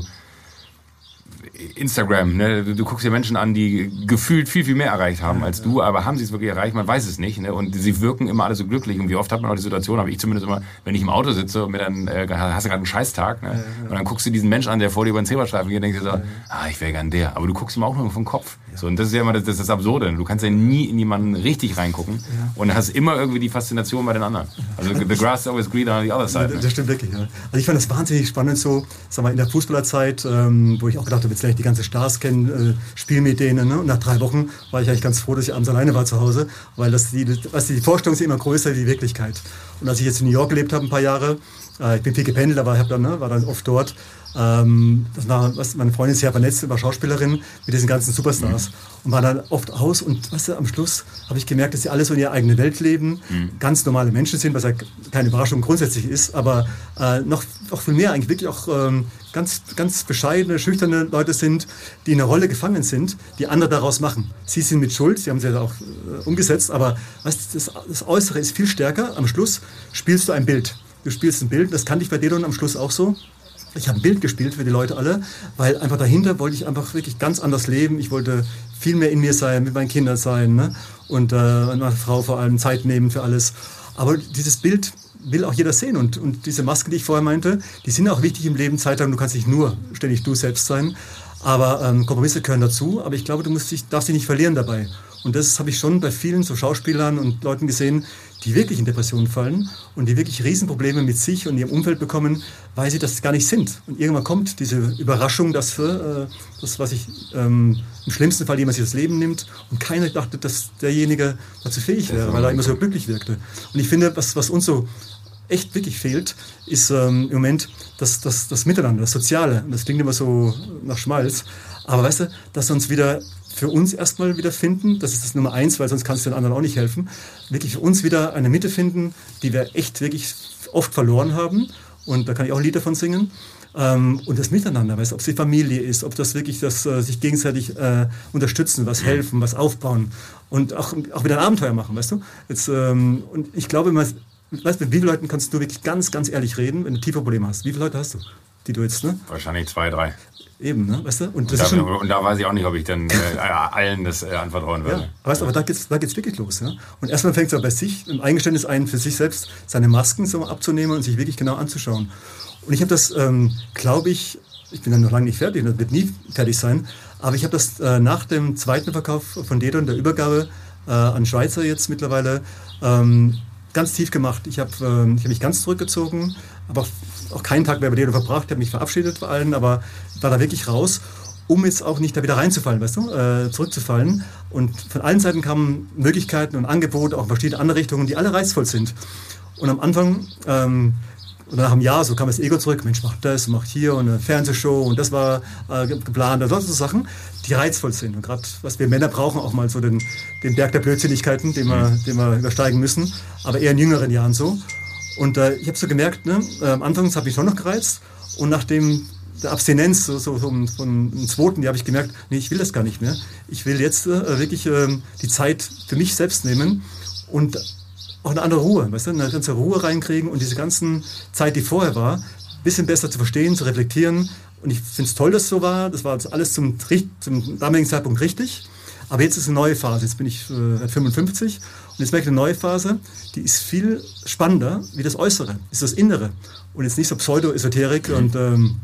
Instagram, ne? Du, du guckst dir Menschen an, die gefühlt viel, viel mehr erreicht haben als du, aber haben sie es wirklich erreicht? Man weiß es nicht. Ne? Und sie wirken immer alle so glücklich. Und wie oft hat man auch die Situation, habe ich zumindest immer, wenn ich im Auto sitze und mir dann, äh, hast du gerade einen Scheißtag, ne? Und dann guckst du diesen Menschen an, der vor dir über den Zebrastreifen geht und denkst dir so, ah, ich wäre gern der. Aber du guckst ihm auch nur vom Kopf. So, und das ist ja immer das, das, das Absurde. Du kannst ja nie in jemanden richtig reingucken und hast immer irgendwie die Faszination bei den anderen. Also the grass is always greener on the other side. Ne? Das stimmt wirklich, ja. Also ich fand das wahnsinnig spannend so, sag mal, in der Fußballerzeit, ähm, wo ich auch gedacht habe, jetzt lerne ich die ganze Stars kennen, äh, spiel mit denen. Ne? Und nach drei Wochen war ich eigentlich ganz froh, dass ich abends alleine war zu Hause, weil das die, das, die Vorstellung ist immer größer wie die Wirklichkeit. Und als ich jetzt in New York gelebt habe, ein paar Jahre, äh, ich bin viel gependelt, aber ich dann, ne, war dann oft dort. Ähm, das war, was, meine Freundin ist sehr vernetzt, war Schauspielerin mit diesen ganzen Superstars. Mhm. Und war dann oft aus und weißt du, am Schluss habe ich gemerkt, dass sie alle so in ihrer eigenen Welt leben, mhm. ganz normale Menschen sind, was ja keine Überraschung grundsätzlich ist, aber äh, noch, noch viel mehr eigentlich wirklich auch ähm, ganz, ganz bescheidene, schüchterne Leute sind, die in einer Rolle gefangen sind, die andere daraus machen. Sie sind mit Schuld, sie haben sie ja auch äh, umgesetzt, aber weißt, das, das Äußere ist viel stärker. Am Schluss spielst du ein Bild. Du spielst ein Bild, das kannte ich bei Dedon am Schluss auch so. Ich habe ein Bild gespielt für die Leute alle, weil einfach dahinter wollte ich einfach wirklich ganz anders leben. Ich wollte viel mehr in mir sein, mit meinen Kindern sein, ne? Und äh, meiner Frau vor allem Zeit nehmen für alles. Aber dieses Bild will auch jeder sehen. Und, und diese Masken, die ich vorher meinte, die sind auch wichtig im Leben. Zeit lang, du kannst nicht nur ständig du selbst sein. Aber ähm, Kompromisse gehören dazu. Aber ich glaube, du musst dich, darfst dich nicht verlieren dabei. Und das habe ich schon bei vielen so Schauspielern und Leuten gesehen, die wirklich in Depressionen fallen und die wirklich Riesenprobleme mit sich und ihrem Umfeld bekommen, weil sie das gar nicht sind. Und irgendwann kommt diese Überraschung, dass äh, das, was ich ähm, im schlimmsten Fall jemand sich das Leben nimmt und keiner dachte, dass derjenige dazu fähig wäre, weil er immer so glücklich wirkte. Und ich finde, was, was uns so echt wirklich fehlt, ist ähm, im Moment das, das, das Miteinander, das Soziale. Und das klingt immer so nach Schmalz. Aber weißt du, dass wir uns wieder für uns erstmal wieder finden, das ist das Nummer eins, weil sonst kannst du den anderen auch nicht helfen, wirklich für uns wieder eine Mitte finden, die wir echt wirklich oft verloren haben. Und da kann ich auch ein Lied davon singen. Ähm, und das Miteinander, weißt du, ob es die Familie ist, ob das wirklich das äh, sich gegenseitig äh, unterstützen, was helfen, was aufbauen und auch, auch wieder ein Abenteuer machen, weißt du. Jetzt, ähm, und ich glaube, man, weißt du, mit wie vielen Leuten kannst du wirklich ganz, ganz ehrlich reden, wenn du tiefe Probleme hast? Wie viele Leute hast du, die du jetzt, ne? Wahrscheinlich zwei, drei. Eben, ne? Weißt du? Und, das und, ist da, schon, und da weiß ich auch nicht, ob ich dann äh, allen das äh, anvertrauen würde. ja, weißt, aber da geht's, da geht's wirklich los. Ja? Und erstmal fängt es ja bei sich, im Eingeständnis ein, für sich selbst seine Masken so abzunehmen und sich wirklich genau anzuschauen. Und ich habe das, ähm, glaube ich, ich bin dann noch lange nicht fertig, das wird nie fertig sein, aber ich habe das äh, nach dem zweiten Verkauf von Dedon, der Übergabe äh, an Schweizer jetzt mittlerweile, ähm, ganz tief gemacht. Ich habe ähm, ich hab mich ganz zurückgezogen, aber auch, auch keinen Tag mehr bei Dedon verbracht, ich habe mich verabschiedet bei allen, aber war da wirklich raus, um jetzt auch nicht da wieder reinzufallen, weißt du, äh, zurückzufallen. Und von allen Seiten kamen Möglichkeiten und Angebote, auch in verschiedene andere Richtungen, die alle reizvoll sind. Und am Anfang, ähm, und nach einem Jahr, so kam das Ego zurück, Mensch, mach das, mach hier und eine Fernsehshow und das war äh, geplant und solche Sachen, die reizvoll sind. Und gerade, was wir Männer brauchen, auch mal so den, den Berg der Blödsinnigkeiten, den wir, den wir übersteigen müssen, aber eher in jüngeren Jahren so. Und äh, ich habe so gemerkt, ne, äh, am Anfang hat mich schon noch gereizt und nachdem der Abstinenz, so, so, so von einem zweiten, die habe ich gemerkt, nee, ich will das gar nicht mehr. Ich will jetzt äh, wirklich äh, die Zeit für mich selbst nehmen und auch eine andere Ruhe, weißt du, eine ganze Ruhe reinkriegen und diese ganzen Zeit, die vorher war, ein bisschen besser zu verstehen, zu reflektieren. Und ich finde es toll, dass es so war. Das war alles zum, zum damaligen Zeitpunkt richtig. Aber jetzt ist eine neue Phase. Jetzt bin ich äh, fünfundfünfzig und jetzt merke ich eine neue Phase, die ist viel spannender wie das Äußere, ist das Innere. Und jetzt nicht so Pseudo-Esoterik und ähm,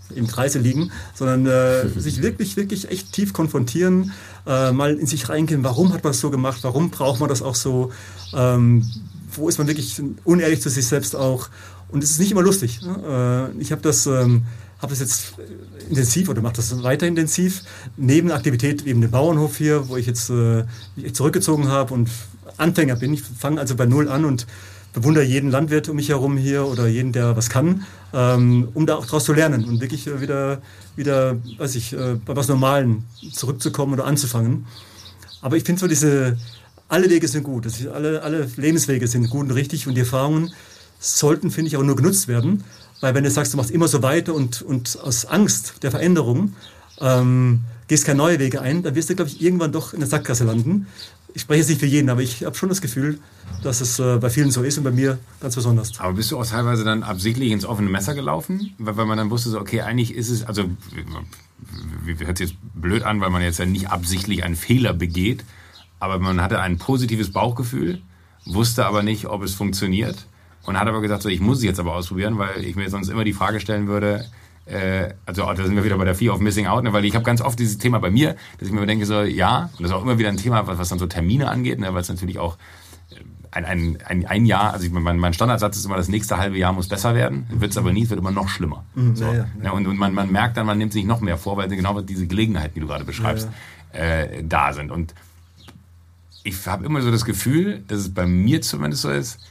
im Kreise liegen, sondern äh, sich wirklich, wirklich echt tief konfrontieren, äh, mal in sich reingehen, warum hat man das so gemacht, warum braucht man das auch so, ähm, wo ist man wirklich unehrlich zu sich selbst auch. Und es ist nicht immer lustig. Ne? Äh, ich habe das, ähm, hab das jetzt intensiv oder mache das weiter intensiv, neben der Aktivität eben den Bauernhof hier, wo ich jetzt äh, mich zurückgezogen habe und Anfänger bin. Ich fange also bei Null an und bewundere jeden Landwirt um mich herum hier oder jeden, der was kann, ähm, um da auch daraus zu lernen und wirklich äh, wieder, wieder, weiß ich, äh, bei was Normalen zurückzukommen oder anzufangen. Aber ich finde so diese, alle Wege sind gut, das ist, alle, alle Lebenswege sind gut und richtig und die Erfahrungen sollten, finde ich, auch nur genutzt werden, weil wenn du sagst, du machst immer so weiter und, und aus Angst der Veränderung ähm, gehst keine neue Wege ein, dann wirst du, glaube ich, irgendwann doch in der Sackgasse landen. Ich spreche jetzt nicht für jeden, aber ich habe schon das Gefühl, dass es äh, bei vielen so ist und bei mir ganz besonders. Aber bist du auch teilweise dann absichtlich ins offene Messer gelaufen? Weil, weil man dann wusste, so, okay, eigentlich ist es, also hört sich jetzt blöd an, weil man jetzt ja nicht absichtlich einen Fehler begeht, aber man hatte ein positives Bauchgefühl, wusste aber nicht, ob es funktioniert und hat aber gesagt, so, ich muss es jetzt aber ausprobieren, weil ich mir sonst immer die Frage stellen würde, äh, also da sind wir wieder bei der Fear of Missing Out, ne, weil ich habe ganz oft dieses Thema bei mir, dass ich mir denke, so ja, und das ist auch immer wieder ein Thema, was, was dann so Termine angeht, ne, weil es natürlich auch ein, ein, ein, ein Jahr, also ich, mein, mein Standardsatz ist immer, das nächste halbe Jahr muss besser werden, wird es aber nie, es wird immer noch schlimmer. Mhm, so, ja, ja. Ne, und und man, man merkt dann, man nimmt sich noch mehr vor, weil genau diese Gelegenheiten, die du gerade beschreibst, ja, ja. Äh, da sind. Und ich habe immer so das Gefühl, dass es bei mir zumindest so ist,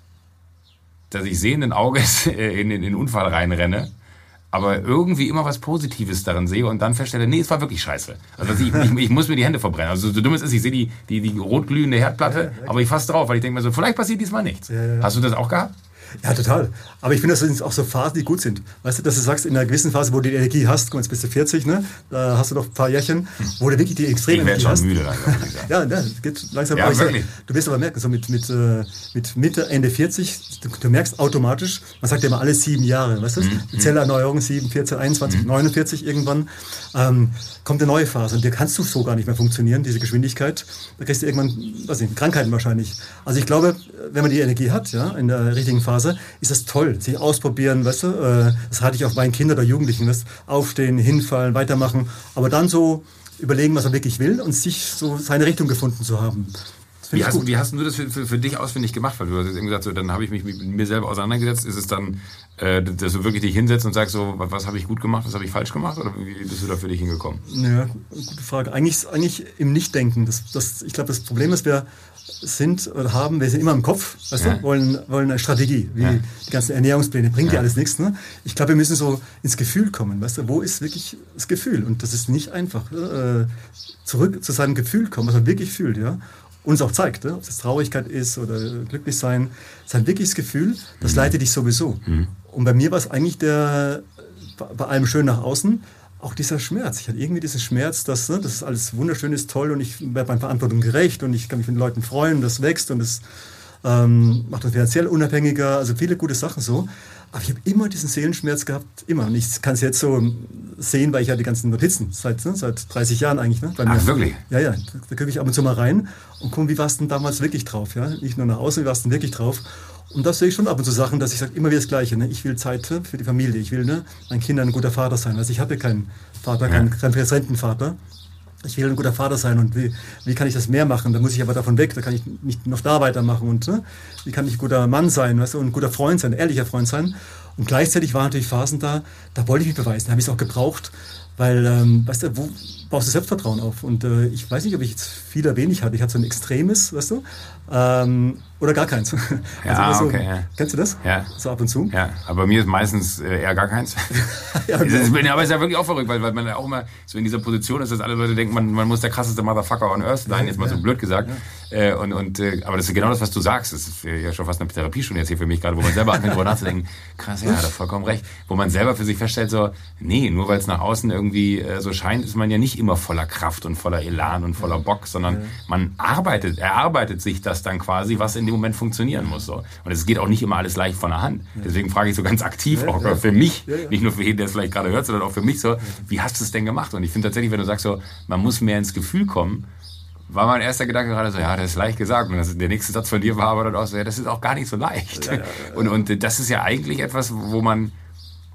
dass ich sehenden Auges in den Unfall reinrenne, aber irgendwie immer was Positives darin sehe und dann feststelle, nee, es war wirklich scheiße. Also ich, ich, ich muss mir die Hände verbrennen. Also so dumm es ist, ich sehe die, die, die rotglühende Herdplatte, ja, ja, aber ich fasse drauf, weil ich denke mir so, vielleicht passiert diesmal nichts. Ja, ja. Hast du das auch gehabt? Ja, total. Aber ich finde, das sind auch so Phasen, die gut sind. Weißt du, dass du sagst, in einer gewissen Phase, wo du die Energie hast, komm, jetzt bist du vierzig, ne? Da hast du noch ein paar Jährchen, wo du wirklich die extreme Energie hast. Ich werde schon müde langsam. Ja, ne, geht langsam. Ja, wirklich. Sag, du wirst aber merken, so mit, mit, mit Mitte, Ende vierzig, du, du merkst automatisch, man sagt ja immer alle sieben Jahre, weißt du? Mhm. Die Zellerneuerung, sieben, vierzehn, einundzwanzig, mhm. neunundvierzig irgendwann, ähm, kommt eine neue Phase und dir kannst du so gar nicht mehr funktionieren, diese Geschwindigkeit. Da kriegst du irgendwann, weiß nicht, Krankheiten wahrscheinlich. Also ich glaube, wenn man die Energie hat, ja, in der richtigen Phase, ist das toll, sich ausprobieren, weißt du, das hatte ich auch meinen Kindern oder Jugendlichen, weißt, aufstehen, hinfallen, weitermachen, aber dann so überlegen, was er wirklich will und sich so seine Richtung gefunden zu haben. Wie hast, wie hast du das für, für, für dich ausfindig gemacht? Weil du hast jetzt eben gesagt, so, dann habe ich mich mit mir selber auseinandergesetzt. Ist es dann, äh, dass du wirklich dich hinsetzt und sagst, so, was habe ich gut gemacht, was habe ich falsch gemacht? Oder wie bist du da für dich hingekommen? Ja, gute Frage. Eigentlich, eigentlich im Nichtdenken. Das, das, ich glaube, das Problem ist, wir sind oder haben, wir sind immer im Kopf, weißt ja. du, wollen, wollen eine Strategie, wie ja. die ganzen Ernährungspläne, bringt ja, ja alles nichts. Ne? Ich glaube, wir müssen so ins Gefühl kommen, weißt du, wo ist wirklich das Gefühl? Und das ist nicht einfach. Äh, zurück zu seinem Gefühl kommen, was man wirklich fühlt, ja. Uns auch zeigt, ne? Ob es Traurigkeit ist oder glücklich sein, ist ein wirkliches Gefühl, das mhm. leitet dich sowieso. Mhm. Und bei mir war es eigentlich der, bei allem schön nach außen, auch dieser Schmerz. Ich hatte irgendwie diesen Schmerz, dass ne, das ist alles wunderschön ist, toll und ich werde meiner Verantwortung gerecht und ich kann mich mit den Leuten freuen, das wächst und das ähm, macht uns finanziell unabhängiger, also viele gute Sachen so. Aber ich habe immer diesen Seelenschmerz gehabt, immer. Und ich kann es jetzt so sehen, weil ich ja die ganzen Notizen seit, ne, seit dreißig Jahren eigentlich. Ne, bei mir. Ach, wirklich? Ja, ja. Da gucke ich ab und zu mal rein und gucke, wie warst du denn damals wirklich drauf? Ja? Nicht nur nach außen, wie warst du denn wirklich drauf? Und da sehe ich schon ab und zu Sachen, dass ich sage, immer wieder das Gleiche. Ne? Ich will Zeit für die Familie. Ich will ne, meinen Kindern ein guter Vater sein. Also ich hatte keinen Vater, keinen, keinen Präsidentenvater. Ich will ein guter Vater sein und wie, wie kann ich das mehr machen? Da muss ich aber davon weg, da kann ich nicht noch da weitermachen. Und ne? Wie kann ich ein guter Mann sein, weißt du, und ein guter Freund sein, ein ehrlicher Freund sein? Und gleichzeitig waren natürlich Phasen da, da wollte ich mich beweisen, da habe ich es auch gebraucht, weil, ähm, weißt du, wo baust du Selbstvertrauen auf? Und äh, ich weiß nicht, ob ich jetzt viel oder wenig hatte. Ich hatte so ein extremes, weißt du, ähm, oder gar keins. Ja, also so, okay. Ja. Kennst du das? Ja. So ab und zu? Ja, aber bei mir ist meistens äh, eher gar keins. Ja, okay. ist, aber es ist ja wirklich auch verrückt, weil, weil man ja auch immer so in dieser Position ist, dass alle Leute denken, man, man muss der krasseste Motherfucker on Earth sein, ja, jetzt mal ja. so blöd gesagt. Ja. Äh, und, und, äh, aber das ist genau das, was du sagst. Das ist ja schon fast eine Therapiestunde jetzt hier für mich gerade, wo man selber anfängt, darüber nachzudenken. Krass, ja, hat er vollkommen recht. Wo man selber für sich feststellt, so, nee, nur weil es nach außen irgendwie äh, so scheint, ist man ja nicht immer voller Kraft und voller Elan und voller Bock, sondern ja. man arbeitet, erarbeitet sich das dann quasi, was in dem Moment funktionieren muss. So. Und es geht auch nicht immer alles leicht von der Hand. Ja. Deswegen frage ich so ganz aktiv, ja, auch ja. für mich, ja, ja. nicht nur für jeden, der es vielleicht gerade hört, sondern auch für mich so, wie hast du es denn gemacht? Und ich finde tatsächlich, wenn du sagst so, man muss mehr ins Gefühl kommen, war mein erster Gedanke gerade so, ja, das ist leicht gesagt. Und das, der nächste Satz von dir war aber dann auch so, ja, das ist auch gar nicht so leicht. Ja, ja, ja, ja. Und, und das ist ja eigentlich etwas, wo man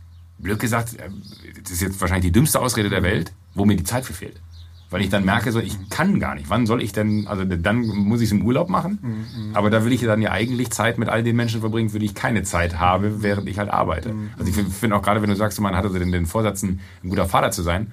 blöd gesagt, das ist jetzt wahrscheinlich die dümmste Ausrede der Welt, wo mir die Zeit für fehlt. Weil ich dann merke, so ich kann gar nicht. Wann soll ich denn, also dann muss ich es im Urlaub machen, mhm. aber da will ich dann ja eigentlich Zeit mit all den Menschen verbringen, für die ich keine Zeit habe, während ich halt arbeite. Mhm. Also ich finde auch gerade, wenn du sagst, man hat also den, den Vorsatz, ein, ein guter Vater zu sein,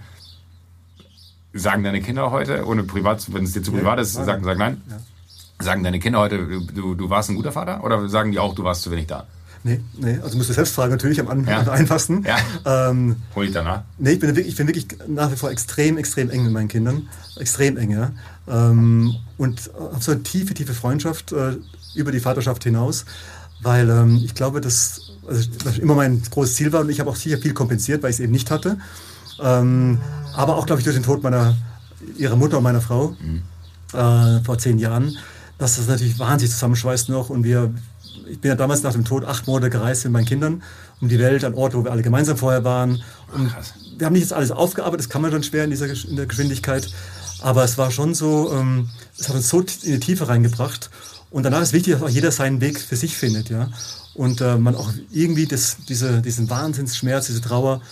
sagen deine Kinder heute, ohne privat, wenn es dir zu privat ist, ja, sagen, sagen nein? Ja. Sagen deine Kinder heute, du, du warst ein guter Vater? Oder sagen die auch, du warst zu wenig da? Nee, nee, also musst du selbst fragen, natürlich am Anfang ja. einfachsten. Ja. Ähm, Hol ich danach? Nee, ich bin, wirklich, ich bin wirklich nach wie vor extrem, extrem eng mit meinen Kindern. Extrem eng, ja. Ähm, und habe so eine tiefe, tiefe Freundschaft äh, über die Vaterschaft hinaus, weil ähm, ich glaube, dass also, das immer mein großes Ziel war und ich habe auch sicher viel kompensiert, weil ich es eben nicht hatte. Ähm, aber auch, glaube ich, durch den Tod meiner, ihrer Mutter und meiner Frau mhm. äh, vor zehn Jahren, dass das natürlich wahnsinnig zusammenschweißt noch und wir Ich bin ja damals nach dem Tod acht Monate gereist mit meinen Kindern um die Welt, an Orte, wo wir alle gemeinsam vorher waren. Und Ach, wir haben nicht jetzt alles aufgearbeitet, das kann man dann schwer in dieser in der Geschwindigkeit. Aber es war schon so, ähm, es hat uns so in die Tiefe reingebracht. Und danach ist wichtig, dass auch jeder seinen Weg für sich findet. Ja? Und äh, man auch irgendwie das, diese, diesen Wahnsinnsschmerz, diese Trauer,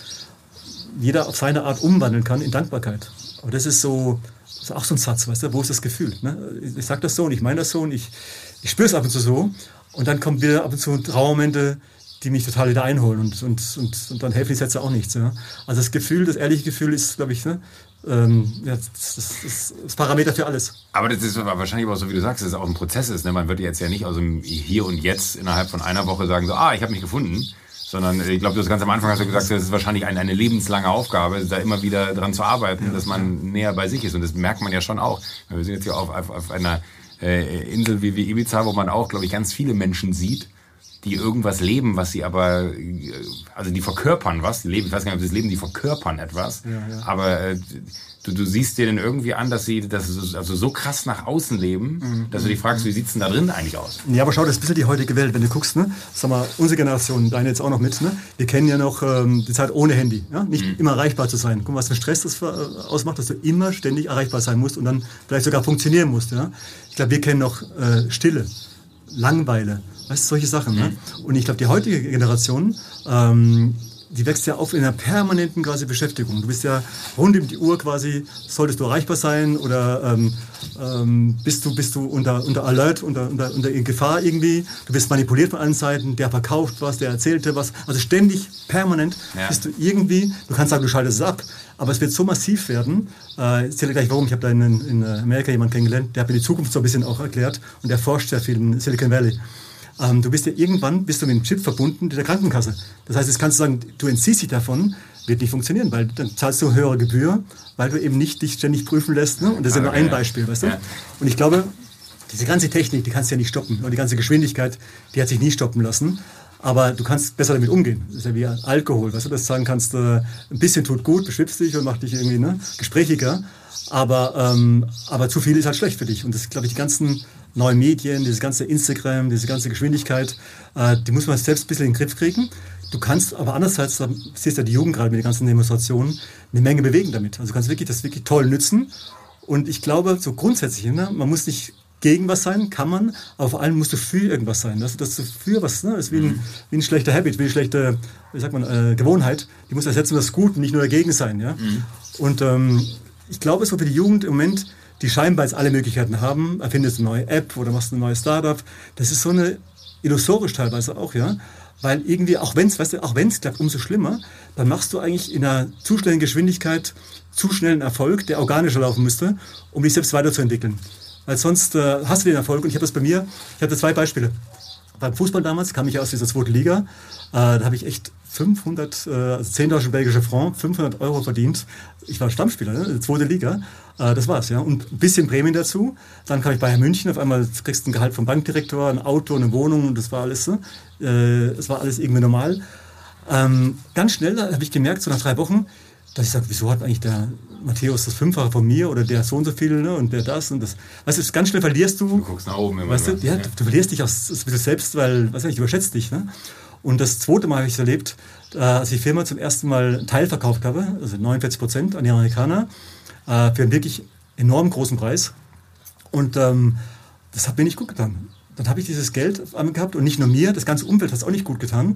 jeder auf seine Art umwandeln kann in Dankbarkeit. Aber das ist so, das ist auch so ein Satz, weißt du, wo ist das Gefühl? Ne? Ich sage das so und ich meine das so und ich, ich spüre es ab und zu so. Und dann kommen wieder ab und zu Trauermomente, die mich total wieder einholen. Und, und, und, und dann helfen die Sätze auch nichts. Ja. Also das Gefühl, das ehrliche Gefühl ist, glaube ich, ne, ähm, ja, das, das, das, das Parameter für alles. Aber das ist wahrscheinlich auch so, wie du sagst, dass es auch ein Prozess ist. Ne? Man wird jetzt ja nicht aus dem Hier und Jetzt innerhalb von einer Woche sagen, so, ah, ich habe mich gefunden. Sondern ich glaube, du hast ganz am Anfang hast du gesagt, das ist wahrscheinlich eine, eine lebenslange Aufgabe, da immer wieder dran zu arbeiten, ja, dass man näher bei sich ist. Und das merkt man ja schon auch. Wir sind jetzt hier auf, auf, auf einer Äh, Insel wie, wie Ibiza, wo man auch, glaube ich, ganz viele Menschen sieht, die irgendwas leben, was sie aber, äh, also die verkörpern was, die leben, ich weiß gar nicht, ob sie das leben, die verkörpern etwas, ja, ja. aber äh, du, du siehst denen irgendwie an, dass sie dass sie also so krass nach außen leben, mhm. dass du dich fragst, wie sieht's denn da drin eigentlich aus? Ja, aber schau, das ist ein bisschen die heutige Welt, wenn du guckst, ne? Sag mal, unsere Generation, deine jetzt auch noch mit, ne? Wir kennen ja noch ähm, die Zeit ohne Handy, ja? Nicht mhm. immer erreichbar zu sein. Guck mal, was für Stress das für, äh, ausmacht, dass du immer ständig erreichbar sein musst und dann vielleicht sogar funktionieren musst, ja? Ich glaube, wir kennen noch äh, Stille, Langeweile, weißt du, solche Sachen, mhm. ne? Und ich glaube, die heutige Generation, ähm, die wächst ja auf in einer permanenten quasi Beschäftigung. Du bist ja rund um die Uhr quasi, solltest du erreichbar sein oder ähm, ähm, bist du, bist du unter, unter Alert, unter, unter, unter Gefahr irgendwie. Du bist manipuliert von allen Seiten, der verkauft was, der erzählte was. Also ständig, permanent ja. bist du irgendwie, du kannst sagen, du schaltest es ab, aber es wird so massiv werden. Äh, ich erzähle gleich warum, ich habe da in, in Amerika jemanden kennengelernt, der hat mir die Zukunft so ein bisschen auch erklärt und der forscht sehr viel in Silicon Valley. Ähm, du bist ja irgendwann, bist du mit dem Chip verbunden mit der Krankenkasse. Das heißt, jetzt kannst du sagen, du entziehst dich davon, wird nicht funktionieren, weil dann zahlst du eine höhere Gebühr, weil du eben nicht dich ständig prüfen lässt. Ne? Und das ist ja nur ein Beispiel, weißt du? Ja. Und ich glaube, diese ganze Technik, die kannst du ja nicht stoppen. Und die ganze Geschwindigkeit, die hat sich nie stoppen lassen. Aber du kannst besser damit umgehen. Das ist ja wie Alkohol, weißt du, dass du sagen kannst, äh, ein bisschen tut gut, beschwipst dich und macht dich irgendwie ne, gesprächiger. Aber, ähm, aber zu viel ist halt schlecht für dich. Und das, glaube ich, die ganzen neuen Medien, dieses ganze Instagram, diese ganze Geschwindigkeit, äh, die muss man selbst ein bisschen in den Griff kriegen. Du kannst aber andererseits, da siehst du ja die Jugend gerade mit den ganzen Demonstrationen, eine Menge bewegen damit. Also du kannst wirklich das wirklich toll nützen. Und ich glaube, so grundsätzlich, ne, man muss nicht gegen was sein, kann man, aber vor allem musst du für irgendwas sein. Das, das du für was, ne? Das ist wie ein, wie ein schlechter Habit, wie eine schlechte, wie sagt man, äh, Gewohnheit. Die muss ersetzen das Gut und nicht nur dagegen sein. Ja? Mhm. Und ähm, ich glaube, so für die Jugend im Moment, die scheinbar jetzt alle Möglichkeiten haben, erfindest eine neue App oder machst ein neues Startup, das ist so eine illusorisch teilweise auch, ja. Weil irgendwie, auch wenn es, weißt du, auch wenn es klappt, umso schlimmer, dann machst du eigentlich in einer zu schnellen Geschwindigkeit zu schnellen Erfolg, der organischer laufen müsste, um dich selbst weiterzuentwickeln. Weil sonst äh, hast du den Erfolg. Und ich habe das bei mir, ich hatte zwei Beispiele. Beim Fußball damals kam ich aus dieser zweiten Liga. Äh, da habe ich echt fünfhundert, äh, also zehntausend belgische Francs, fünfhundert Euro verdient. Ich war Stammspieler, ne? Zweite Liga. Äh, das war's, ja. Und ein bisschen Prämien dazu. Dann kam ich bei Bayern München. Auf einmal kriegst du ein Gehalt vom Bankdirektor, ein Auto, eine Wohnung. Und das war alles, ne? äh, das war alles irgendwie normal. Ähm, ganz schnell habe ich gemerkt, so nach drei Wochen, dass ich sage, wieso hat eigentlich der Matthäus das Fünffache von mir oder der so und so viel, ne, und der das und das. Weißt du, ganz schnell verlierst du. Du guckst nach oben immer. Weißt du, ja, ja. Du, du verlierst dich auch ein bisschen selbst, weil, weißt du, ich überschätze dich. Ne? Und das zweite Mal habe ich es erlebt, als ich die Firma zum ersten Mal einen Teil verkauft habe, also neunundvierzig Prozent an die Amerikaner, äh, für einen wirklich enorm großen Preis. Und ähm, das hat mir nicht gut getan. Dann habe ich dieses Geld auf einmal gehabt und nicht nur mir, das ganze Umfeld hat es auch nicht gut getan.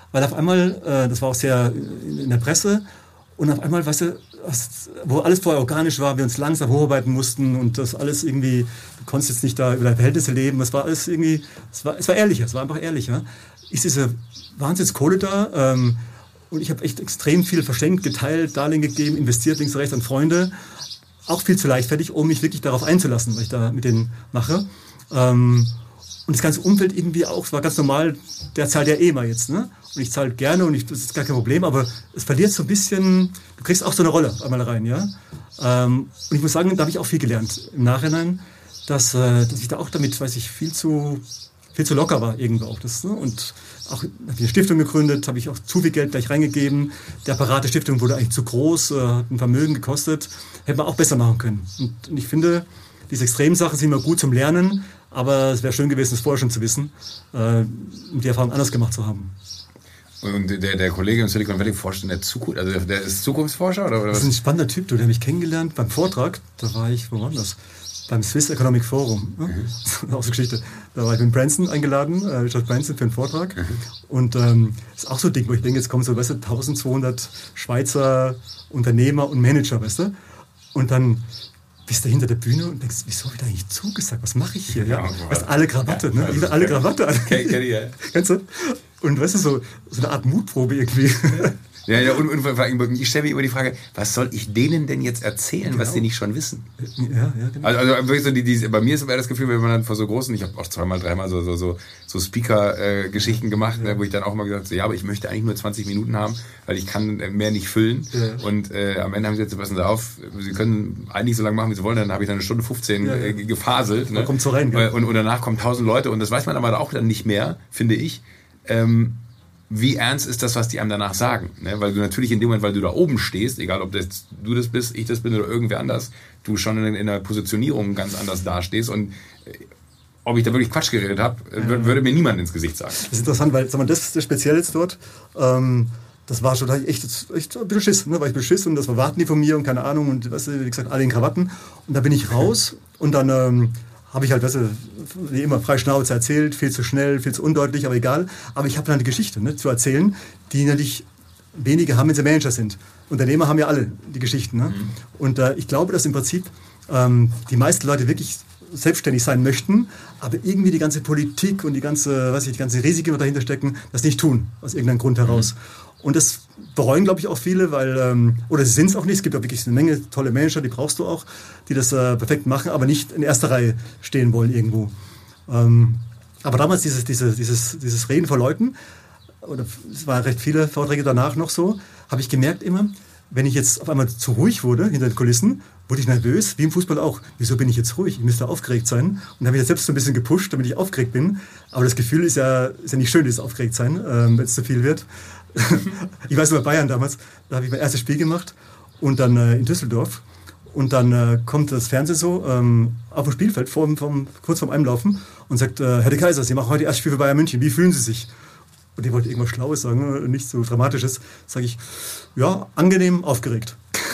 weil auf einmal, äh, das war auch sehr in der Presse, und auf einmal, weißt du, wo alles vorher organisch war, wir uns langsam hocharbeiten mussten und das alles irgendwie, du konntest jetzt nicht da über deine Verhältnisse leben, es war alles irgendwie, es war, es war ehrlicher, es war einfach ehrlicher. Ist diese Wahnsinnskohle da, ähm, und ich habe echt extrem viel verschenkt, geteilt, Darlehen gegeben, investiert links und rechts an Freunde, auch viel zu leichtfertig, um mich wirklich darauf einzulassen, was ich da mit denen mache. Ähm, und das ganze Umfeld irgendwie auch, es war ganz normal, der zahlt ja eh mal jetzt, ne? Und ich zahle gerne und ich, das ist gar kein Problem, aber es verliert so ein bisschen, du kriegst auch so eine Rolle einmal rein, ja. Ähm, und ich muss sagen, da habe ich auch viel gelernt im Nachhinein, dass, äh, dass ich da auch damit, weiß ich, viel zu, viel zu locker war irgendwo auch. Das, ne? Und auch habe ich eine Stiftung gegründet, habe ich auch zu viel Geld gleich reingegeben. Der Apparat der Stiftung wurde eigentlich zu groß, äh, hat ein Vermögen gekostet, hätte man auch besser machen können. Und, und ich finde, diese Extremsachen sind immer gut zum Lernen, aber es wäre schön gewesen, es vorher schon zu wissen, äh, und die Erfahrung anders gemacht zu haben. Und der, der Kollege im Silicon Valley forscht in der Zukunft, also der, der ist Zukunftsforscher oder, oder was? Das ist ein spannender Typ, du, der hat mich kennengelernt beim Vortrag, da war ich, wo war das? Beim Swiss Economic Forum, ne? Mhm. Auch so Geschichte. Da war ich mit Branson eingeladen, äh, Richard Branson für einen Vortrag. Mhm. Und ähm, das ist auch so ein Ding, wo ich denke, jetzt kommen so, weißt du, eintausendzweihundert Schweizer Unternehmer und Manager, weißt du? Und dann bist du hinter der Bühne und denkst, wieso wird eigentlich zugesagt? Was mache ich hier? Ja, ja, weißt du, alle Krawatte, ja, ne? Jeder alle Krawatte. Kenn, kenn ich, ja. Kennst du? Und weißt du, so, so eine Art Mutprobe irgendwie. Ja, ja, und, und ich stelle mir immer die Frage, was soll ich denen denn jetzt erzählen, genau. was sie nicht schon wissen? Ja, ja, genau. Also, also wirklich so die, die, bei mir ist immer das Gefühl, wenn man dann vor so großen, ich habe auch zweimal, dreimal so, so, so, so Speaker-Geschichten äh, gemacht, ja. ne, wo ich dann auch immer gesagt habe, so, ja, aber ich möchte eigentlich nur zwanzig Minuten haben, weil ich kann mehr nicht füllen. Ja. Und äh, am Ende haben sie jetzt, passen Sie auf, Sie können eigentlich so lange machen, wie Sie wollen, dann habe ich dann eine Stunde fünfzehn ja, ja. Äh, gefaselt. Ne? Kommt so rein. Gell? Und, und danach kommen tausend Leute und das weiß man aber auch dann nicht mehr, finde ich. Ähm, wie ernst ist das, was die einem danach sagen? Ne? Weil du natürlich in dem Moment, weil du da oben stehst, egal ob das, du das bist, ich das bin oder irgendwer anders, du schon in, in der Positionierung ganz anders dastehst und äh, ob ich da wirklich Quatsch geredet habe, ja. würde mir niemand ins Gesicht sagen. Das ist interessant, weil sag mal, das ist speziell jetzt dort, ähm, das war schon echt, echt ein bisschen Schiss, ne? Weil ich beschiss und das erwarten die von mir und keine Ahnung und weißt du, wie gesagt, alle in Krawatten und da bin ich raus und dann ähm, habe ich halt, weißt du, wie immer frei Schnauze erzählt, viel zu schnell, viel zu undeutlich, aber egal. Aber ich habe dann eine Geschichte, ne, zu erzählen, die natürlich wenige haben, wenn sie Manager sind. Unternehmer haben ja alle die Geschichten. Ne? Mhm. Und äh, ich glaube, dass im Prinzip ähm, die meisten Leute wirklich selbstständig sein möchten, aber irgendwie die ganze Politik und die ganze, weiß ich, die ganze Risiken, die dahinter stecken, das nicht tun, aus irgendeinem Grund heraus. Mhm. Und das bereuen, glaube ich, auch viele, weil, ähm, oder sie sind es auch nicht, es gibt auch wirklich eine Menge tolle Manager, die brauchst du auch, die das äh, perfekt machen, aber nicht in erster Reihe stehen wollen irgendwo. Ähm, aber damals dieses, dieses, dieses, dieses Reden vor Leuten, oder es waren recht viele Vorträge danach noch so, habe ich gemerkt immer, wenn ich jetzt auf einmal zu ruhig wurde hinter den Kulissen, wurde ich nervös, wie im Fußball auch. Wieso bin ich jetzt ruhig? Ich müsste aufgeregt sein. Und habe ich jetzt selbst so ein bisschen gepusht, damit ich aufgeregt bin. Aber das Gefühl ist ja, ist ja nicht schön, dieses Aufgeregtsein, ähm, wenn es zu viel wird. Ich weiß noch, bei Bayern damals, da habe ich mein erstes Spiel gemacht und dann äh, in Düsseldorf. Und dann äh, kommt das Fernsehen so ähm, auf dem Spielfeld, vor, vom, kurz vorm Einlaufen und sagt, äh, Herr de Keyser, Sie machen heute das erste Spiel für Bayern München. Wie fühlen Sie sich? Und ich wollte irgendwas Schlaues sagen, nicht so Dramatisches. Sage ich, ja, angenehm aufgeregt.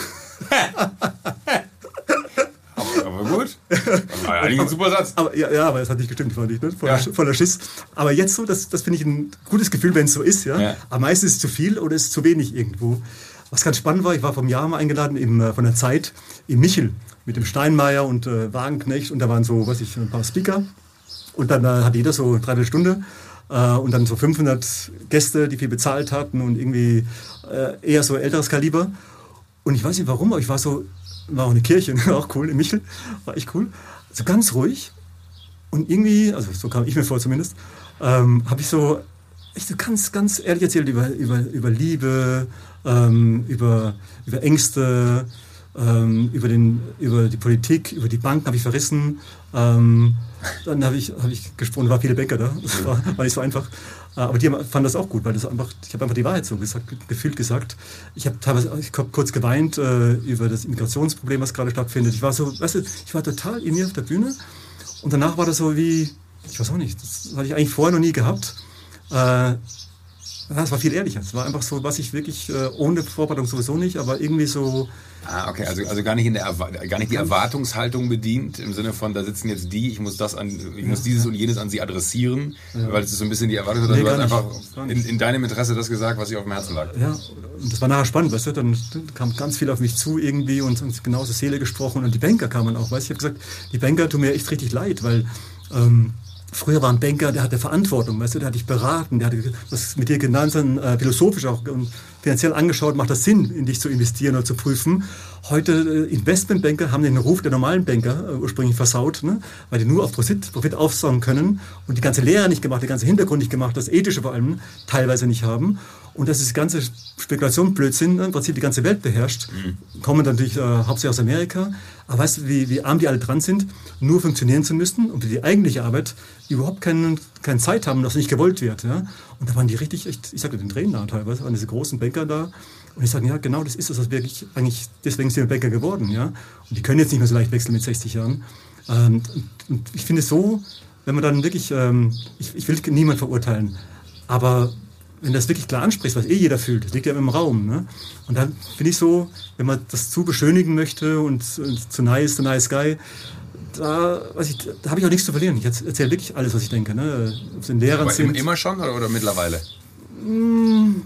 aber, aber gut. Das war eigentlich ein super Satz. Aber, ja, ja, aber es hat nicht gestimmt, fand ich, ne? Voller, ja. voller Schiss. Aber jetzt so, das, das finde ich ein gutes Gefühl, wenn es so ist. Ja? Ja. Aber meistens ist es zu viel oder ist es zu wenig irgendwo. Was ganz spannend war, ich war vor einem Jahr mal eingeladen im, von der Zeit in Michel mit dem Steinmeier und äh, Wagenknecht und da waren so, weiß ich, ein paar Speaker. Und dann äh, hatte jeder so eine Dreiviertelstunde. Uh, und dann so fünfhundert Gäste, die viel bezahlt hatten und irgendwie äh, eher so älteres Kaliber. Und ich weiß nicht warum, aber ich war so, war auch eine Kirche, auch cool, in Michel, war echt cool. So ganz ruhig. Und irgendwie, also so kam ich mir vor zumindest, ähm, habe ich so echt so ganz, ganz ehrlich erzählt über, über, über Liebe, ähm, über, über Ängste, ähm, über, den, über die Politik, über die Banken habe ich verrissen. Ähm, dann habe ich, hab ich gesprochen, war viele Banker da, das war, war nicht so einfach. Aber die fanden das auch gut, weil das einfach, ich habe einfach die Wahrheit so gesagt, gefühlt gesagt. Ich habe teilweise, ich habe kurz geweint äh, über das Immigrationsproblem, was gerade stattfindet. Ich war so, weißt du, ich war total in mir auf der Bühne und danach war das so wie, ich weiß auch nicht, das hatte ich eigentlich vorher noch nie gehabt. Äh, Das war viel ehrlicher. Es war einfach so, was ich wirklich äh, ohne Vorbereitung sowieso nicht, aber irgendwie so. Ah, okay, also, also gar nicht in der gar nicht die Erwartungshaltung bedient, im Sinne von, da sitzen jetzt die, ich muss das an, ich muss dieses und jenes an sie adressieren, ja. weil es ist so ein bisschen die Erwartung, sondern nee, du hast einfach in, in deinem Interesse das gesagt, was dir auf dem Herzen lag. Ja, und das war nachher spannend, weißt du, dann kam ganz viel auf mich zu irgendwie und uns genauso Seele gesprochen und die Banker kamen auch, weißt du, ich habe gesagt, die Banker tun mir echt richtig leid, weil ähm, früher war ein Banker, der hatte Verantwortung, weißt du, der hat dich beraten, der hatte das mit dir genannt, äh, philosophisch auch und finanziell angeschaut, macht das Sinn, in dich zu investieren oder zu prüfen. Heute äh, Investmentbanker haben den Ruf der normalen Banker äh, ursprünglich versaut, ne? Weil die nur auf Profit, Profit aufsaugen können und die ganze Lehre nicht gemacht, der ganze Hintergrund nicht gemacht, das Ethische vor allem teilweise nicht haben. Und das ist die ganze Spekulation, Blödsinn, im Prinzip die ganze Welt beherrscht. Mhm. Kommen dann natürlich äh, hauptsächlich aus Amerika. Aber weißt du, wie, wie arm die alle dran sind, nur funktionieren zu müssen und für die eigentliche Arbeit überhaupt keine, keine Zeit haben, dass nicht gewollt wird. Ja? Und da waren die richtig, echt, ich sagte den Tränen da teilweise, waren diese großen Banker da. Und ich sage, ja, genau, das ist es, was wirklich eigentlich, deswegen sind wir Banker geworden. Ja? Und die können jetzt nicht mehr so leicht wechseln mit sechzig Jahren. Ähm, und, und ich finde es so, wenn man dann wirklich, ähm, ich, ich will niemanden verurteilen, aber wenn du das wirklich klar ansprichst, was eh jeder fühlt, das liegt ja im Raum. Ne? Und dann finde ich so, wenn man das zu beschönigen möchte und, und zu nice, to nice guy, da, weiß ich, da habe ich auch nichts zu verlieren. Ich erzähle wirklich alles, was ich denke. Ne? Ob es in Lehrern aber sind. Immer schon oder, oder mittlerweile? Mh,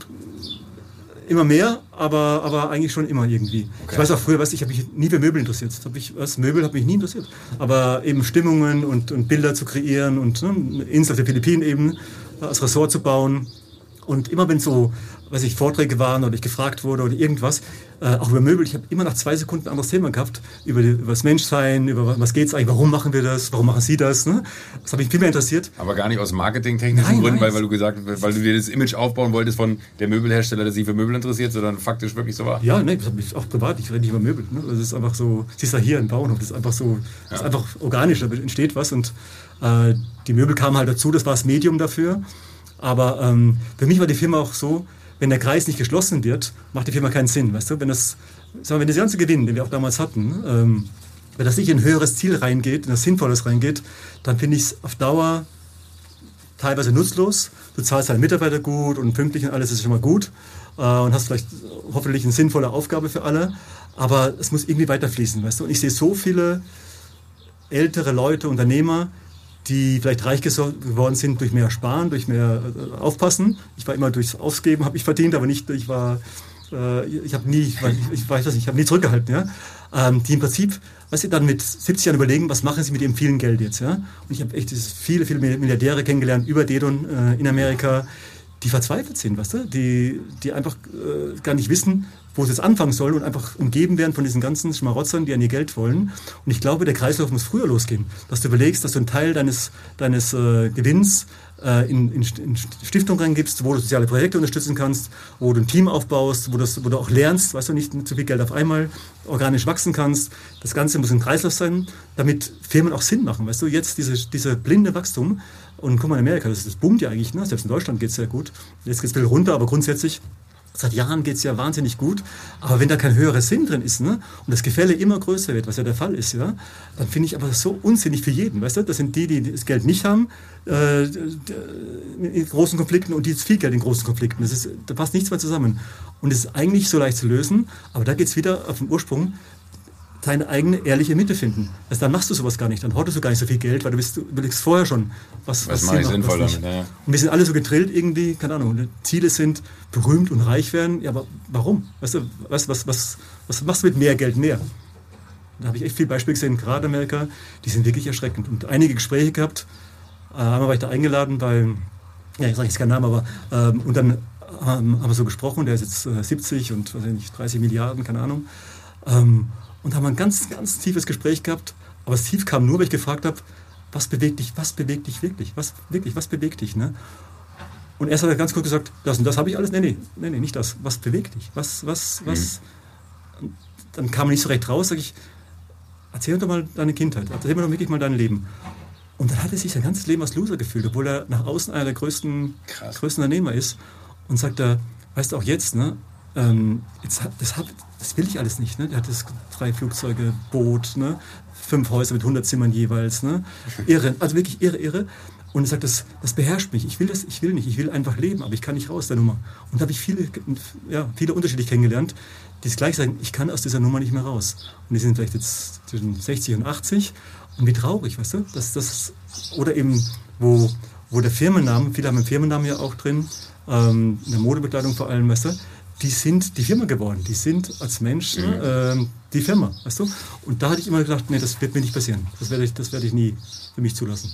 immer mehr, aber, aber eigentlich schon immer irgendwie. Okay. Ich weiß auch früher, weißt, ich habe mich nie für Möbel interessiert. Das hab ich, was, Möbel hat mich nie interessiert. Aber eben Stimmungen und, und Bilder zu kreieren und ne, eine Insel auf der Philippinen eben als Ressort zu bauen. Und immer wenn so, weiß ich, Vorträge waren oder ich gefragt wurde oder irgendwas, äh, auch über Möbel, ich habe immer nach zwei Sekunden ein anderes Thema gehabt, über, die, über das Menschsein, über was geht's eigentlich, warum machen wir das, warum machen Sie das, ne? Das hat mich viel mehr interessiert. Aber gar nicht aus marketingtechnischen nein, Gründen, nein. Weil, weil du gesagt weil du dir das Image aufbauen wolltest von der Möbelhersteller, der sich für Möbel interessiert, sondern faktisch wirklich so war? Ja, ne, das habe ich auch privat, ich rede nicht über Möbel. Ne? Das ist einfach so, siehst du hier in Bauernhof, das ist einfach so, das ja. ist einfach organisch, da entsteht was und äh, die Möbel kamen halt dazu, das war das Medium dafür. Aber ähm, für mich war die Firma auch so, wenn der Kreis nicht geschlossen wird, macht die Firma keinen Sinn. Weißt du? Wenn das, sagen wir, wenn das ganze Gewinn, den wir auch damals hatten, ähm, wenn das nicht in ein höheres Ziel reingeht, in ein sinnvolles reingeht, dann finde ich es auf Dauer teilweise nutzlos. Du zahlst deine Mitarbeiter gut und pünktlich und alles ist schon mal gut äh, und hast vielleicht hoffentlich eine sinnvolle Aufgabe für alle. Aber es muss irgendwie weiterfließen. Weißt du? Und ich sehe so viele ältere Leute, Unternehmer, die vielleicht reich geworden sind durch mehr Sparen, durch mehr äh, Aufpassen. Ich war immer durchs Ausgeben, habe ich verdient, aber nicht, ich war, äh, ich habe nie, ich, ich weiß das nicht, ich habe nie zurückgehalten, ja. Ähm, die im Prinzip, weißt du, dann mit siebzig Jahren überlegen, was machen sie mit ihrem vielen Geld jetzt, ja. Und ich habe echt viele, viele Milliardäre kennengelernt über Dedon äh, in Amerika, die verzweifelt sind, weißt du, die, die einfach äh, gar nicht wissen, wo es jetzt anfangen soll und einfach umgeben werden von diesen ganzen Schmarotzern, die an ihr Geld wollen. Und ich glaube, der Kreislauf muss früher losgehen. Dass du überlegst, dass du einen Teil deines, deines äh, Gewinns äh, in, in, in Stiftung reingibst, wo du soziale Projekte unterstützen kannst, wo du ein Team aufbaust, wo, das, wo du auch lernst, weißt du, nicht zu viel Geld auf einmal organisch wachsen kannst. Das Ganze muss ein Kreislauf sein, damit Firmen auch Sinn machen. Weißt du, jetzt diese, diese blinde Wachstum, und guck mal in Amerika, das, das boomt ja eigentlich, ne? Selbst in Deutschland geht es sehr gut. Jetzt geht es ein bisschen runter, aber grundsätzlich seit Jahren geht es ja wahnsinnig gut, aber wenn da kein höherer Sinn drin ist, ne, und das Gefälle immer größer wird, was ja der Fall ist, ja, dann finde ich aber das so unsinnig für jeden, weißt du? Das sind die, die das Geld nicht haben, äh, in großen Konflikten und die jetzt viel Geld in großen Konflikten. Das ist, da passt nichts mehr zusammen. Und es ist eigentlich so leicht zu lösen, aber da geht es wieder auf den Ursprung, deine eigene ehrliche Mitte finden. Also dann machst du sowas gar nicht, dann hortest du gar nicht so viel Geld, weil du, bist, du überlegst vorher schon, was, was, was mache ich sinnvoll damit. Ja. Und wir sind alle so gedrillt irgendwie, keine Ahnung, Ziele sind berühmt und reich werden, ja, aber warum? Weißt du, was, was, was, was machst du mit mehr Geld mehr? Da habe ich echt viele Beispiele gesehen, gerade in Amerika, die sind wirklich erschreckend. Und einige Gespräche gehabt, äh, einmal war ich da eingeladen bei, ja, ich sage jetzt keinen Namen, aber ähm, und dann ähm, haben wir so gesprochen, der ist jetzt äh, siebzig und weiß ich nicht, dreißig Milliarden, keine Ahnung. Ähm, Und haben ein ganz, ganz tiefes Gespräch gehabt. Aber das Tief kam nur, weil ich gefragt habe, was bewegt dich, was bewegt dich wirklich? Was, wirklich, was bewegt dich? Ne? Und erst hat er ganz kurz gesagt, das und das habe ich alles. Nee, nee, nee, nee, nicht das. Was bewegt dich? Was, was, was? Mhm. Dann kam er nicht so recht raus, sage ich, erzähl doch mal deine Kindheit, erzähl mir doch wirklich mal dein Leben. Und dann hat er sich sein ganzes Leben als Loser gefühlt, obwohl er nach außen einer der größten, größten Unternehmer ist. Und sagt er, weißt du, auch jetzt, ne? Ähm, jetzt, das, hab, das will ich alles nicht. Ne? Der hat das drei Flugzeuge, Boot, ne? Fünf Häuser mit hundert Zimmern jeweils. Ne? Irre, also wirklich irre, irre. Und er sagt, das, das beherrscht mich. Ich will das, ich will nicht. Ich will einfach leben, aber ich kann nicht raus der Nummer. Und da habe ich viele, ja, viele unterschiedlich kennengelernt, die es gleich sagen, ich kann aus dieser Nummer nicht mehr raus. Und die sind vielleicht jetzt zwischen sechzig und achtzig. Und wie traurig, weißt du? Das, das, oder eben, wo, wo der Firmennamen, viele haben einen Firmennamen ja auch drin, ähm, in der Modebekleidung vor allem, weißt du? Die sind die Firma geworden. Die sind als Menschen mhm. ähm, die Firma, weißt du? Und da hatte ich immer gedacht, nee, das wird mir nicht passieren. Das werde ich, das werde ich nie für mich zulassen.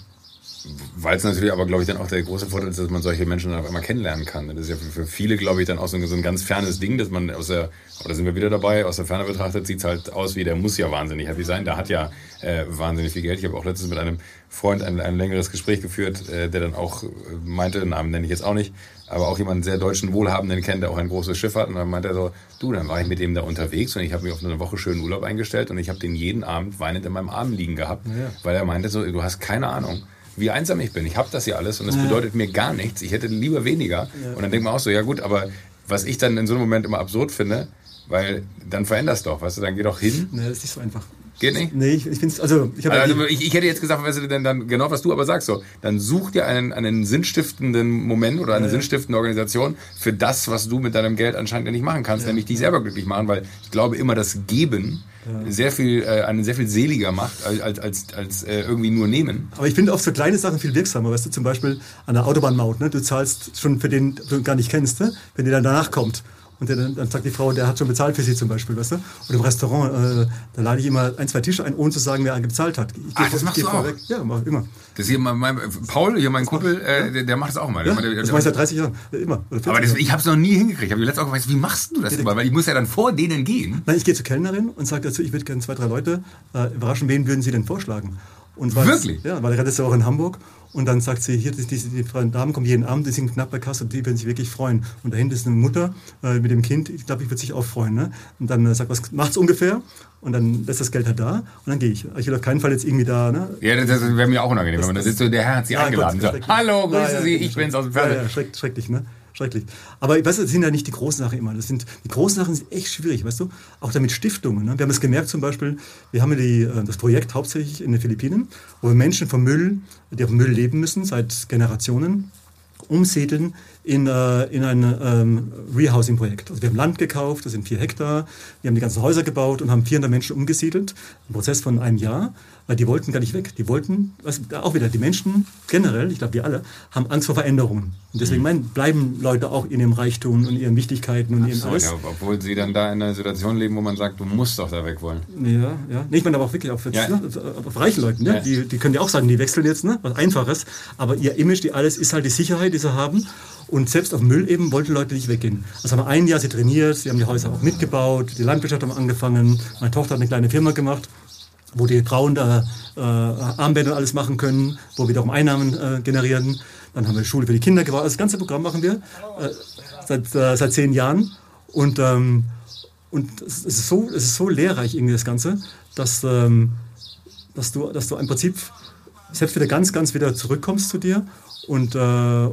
Weil es natürlich aber, glaube ich, dann auch der große Vorteil ist, dass man solche Menschen dann auf einmal kennenlernen kann. Das ist ja für, für viele, glaube ich, dann auch so ein, so ein ganz fernes Ding, dass man aus der, aber da sind wir wieder dabei, aus der Ferne betrachtet, sieht es halt aus wie, der muss ja wahnsinnig happy sein, der hat ja äh, wahnsinnig viel Geld. Ich habe auch letztens mit einem Freund ein, ein längeres Gespräch geführt, äh, der dann auch meinte, den Namen nenne ich jetzt auch nicht, aber auch jemanden sehr deutschen Wohlhabenden kennt, der auch ein großes Schiff hat. Und dann meinte er so, du, dann war ich mit dem da unterwegs und ich habe mich auf eine Woche schönen Urlaub eingestellt und ich habe den jeden Abend weinend in meinem Arm liegen gehabt, ja. Weil er meinte so, du hast keine Ahnung, wie einsam ich bin. Ich habe das hier alles und das ja. bedeutet mir gar nichts. Ich hätte lieber weniger. Ja. Und dann denkt man auch so, ja gut, aber was ich dann in so einem Moment immer absurd finde, weil dann veränderst doch, weißt du, dann geh doch hin. Nee, das ist nicht so einfach. Geht nicht? Nee, ich, ich finde es, also... Ich, also ja ich, ich hätte jetzt gesagt, weißt du, denn dann, genau was du aber sagst, so, dann such dir einen, einen sinnstiftenden Moment oder eine ja. sinnstiftende Organisation für das, was du mit deinem Geld anscheinend nicht machen kannst, ja. nämlich dich selber glücklich machen, weil ich glaube immer, das Geben ja. sehr viel, äh, einen sehr viel seliger macht, als, als, als, als äh, irgendwie nur nehmen. Aber ich finde oft so kleine Sachen viel wirksamer, weißt du, zum Beispiel an der Autobahnmaut, ne? Du zahlst schon für den, den du gar nicht kennst, ne? Wenn der dann danach kommt. Und dann, dann sagt die Frau, der hat schon bezahlt für sie zum Beispiel, weißt du? Oder im Restaurant, äh, da lade ich immer ein, zwei Tische ein, ohne zu sagen, wer bezahlt hat. Ich Ach, das machst du auch? Weg. Ja, mach, immer. Das hier, mein, mein, Paul, hier mein Kumpel, äh, der, der macht das auch mal. Ja, der, das mache ich seit dreißig Jahren, immer. Aber das, ich habe es noch nie hingekriegt. Ich habe letztens auch gefragt, wie machst du das immer? Weil ich muss ja dann vor denen gehen. Nein, ich gehe zur Kellnerin und sage dazu, ich würde gerne zwei, drei Leute äh, überraschen, wen würden sie denn vorschlagen? Und wirklich? Ja, weil gerade ist ja auch in Hamburg. Und dann sagt sie, hier, die, die, die Frauen Damen kommen jeden Abend, die sind knapp bei Kasse und die würden sich wirklich freuen. Und dahinter ist eine Mutter äh, mit dem Kind, ich glaube, ich würde sich auch freuen. Ne? Und dann äh, sagt, was macht's ungefähr? Und dann lässt das Geld halt da und dann gehe ich. Ich will auf keinen Fall jetzt irgendwie da... Ne? Ja, das, das wäre mir auch unangenehm, wenn man da sitzt so, der Herr hat sie ja, eingeladen. Gott, so, hallo, grüße ja, ja, Sie, ich bin's aus dem Fernsehen. Ja, ja, schreck, schrecklich, ne? Schrecklich. Aber ich weiß, das sind ja nicht die großen Sachen immer. Das sind, die großen Sachen sind echt schwierig, weißt du? Auch damit Stiftungen. Ne? Wir haben es gemerkt zum Beispiel, wir haben ja die, das Projekt hauptsächlich in den Philippinen, wo wir Menschen vom Müll, die auf Müll leben müssen, seit Generationen, umsiedeln in, äh, in ein ähm, Rehousing-Projekt. Also wir haben Land gekauft, das sind vier Hektar, wir haben die ganzen Häuser gebaut und haben vierhundert Menschen umgesiedelt. Ein Prozess von einem Jahr, weil die wollten gar nicht weg. Die wollten, was, auch wieder, die Menschen generell, ich glaube wir alle, haben Angst vor Veränderungen. Und deswegen mhm. mein, bleiben Leute auch in ihrem Reichtum und ihren Wichtigkeiten und ihrem alles. Ja, obwohl sie dann da in einer Situation leben, wo man sagt, du musst doch da weg wollen. Ja, ja. Nee, ich meine aber auch wirklich auf, jetzt, ja. ne, auf reichen Leuten. Ne? Ja. Die, die können ja auch sagen, die wechseln jetzt, ne? Was Einfaches. Aber ihr Image, die alles, ist halt die Sicherheit, die sie haben. Und selbst auf Müll eben wollten Leute nicht weggehen. Also haben wir ein Jahr sie trainiert, sie haben die Häuser auch mitgebaut, die Landwirtschaft haben angefangen, meine Tochter hat eine kleine Firma gemacht, wo die Frauen da äh, Armbänder und alles machen können, wo wir wiederum Einnahmen äh, generieren. Dann haben wir Schule für die Kinder gebaut. Also das ganze Programm machen wir äh, seit, äh, seit zehn Jahren. Und, ähm, und es ist so, es ist so lehrreich irgendwie das Ganze, dass, ähm, dass, du, dass du im Prinzip selbst wieder ganz, ganz wieder zurückkommst zu dir und äh,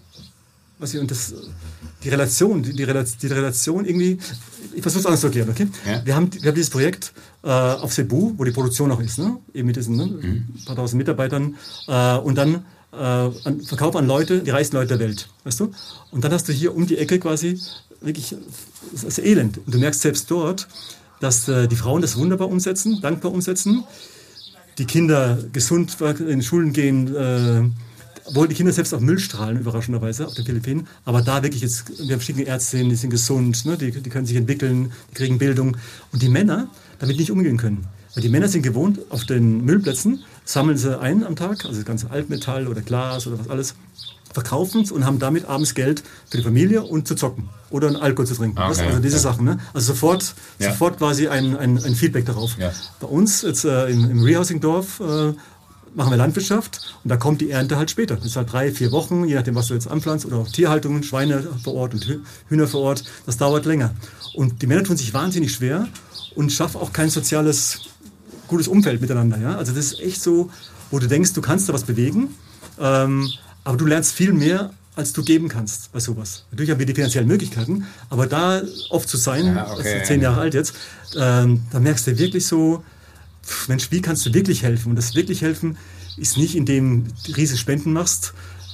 was ich, und das, die Relation, die, die, Relation, die Relation irgendwie, ich versuche es anders zu erklären, okay? Ja. Wir, haben, wir haben dieses Projekt äh, auf Cebu, wo die Produktion auch ist, ne? Eben mit diesen ne? mhm. paar tausend Mitarbeitern äh, und dann äh, an, Verkauf an Leute, die reichsten Leute der Welt, weißt du? Und dann hast du hier um die Ecke quasi wirklich das ist Elend. Und du merkst selbst dort, dass äh, die Frauen das wunderbar umsetzen, dankbar umsetzen, die Kinder gesund in die Schulen gehen, äh, obwohl die Kinder selbst auf Müll strahlen, überraschenderweise, auf den Philippinen. Aber da wirklich jetzt, wir haben verschiedene Ärztinnen, die sind gesund, ne? die, die können sich entwickeln, die kriegen Bildung. Und die Männer damit nicht umgehen können. Weil die Männer sind gewohnt, auf den Müllplätzen, sammeln sie ein am Tag, also das ganze Altmetall oder Glas oder was alles, verkaufen es und haben damit abends Geld für die Familie und zu zocken oder einen Alkohol zu trinken. Okay, also diese ja. Sachen. Ne? Also sofort, ja. sofort quasi ein, ein, ein Feedback darauf. Ja. Bei uns jetzt äh, im, im Rehousing-Dorf äh, machen wir Landwirtschaft und da kommt die Ernte halt später. Das ist halt drei, vier Wochen, je nachdem, was du jetzt anpflanzt oder auch Tierhaltungen, Schweine vor Ort und Hühner vor Ort. Das dauert länger. Und die Männer tun sich wahnsinnig schwer und schaffen auch kein soziales, gutes Umfeld miteinander. Ja? Also das ist echt so, wo du denkst, du kannst da was bewegen, ähm, aber du lernst viel mehr, als du geben kannst bei sowas. Natürlich haben wir die finanziellen Möglichkeiten, aber da oft zu sein, ja, okay. also zehn Jahre alt jetzt, ähm, da merkst du wirklich so, Mensch, wie kannst du wirklich helfen? Und das wirklich helfen, ist nicht, indem du riesige Spenden machst.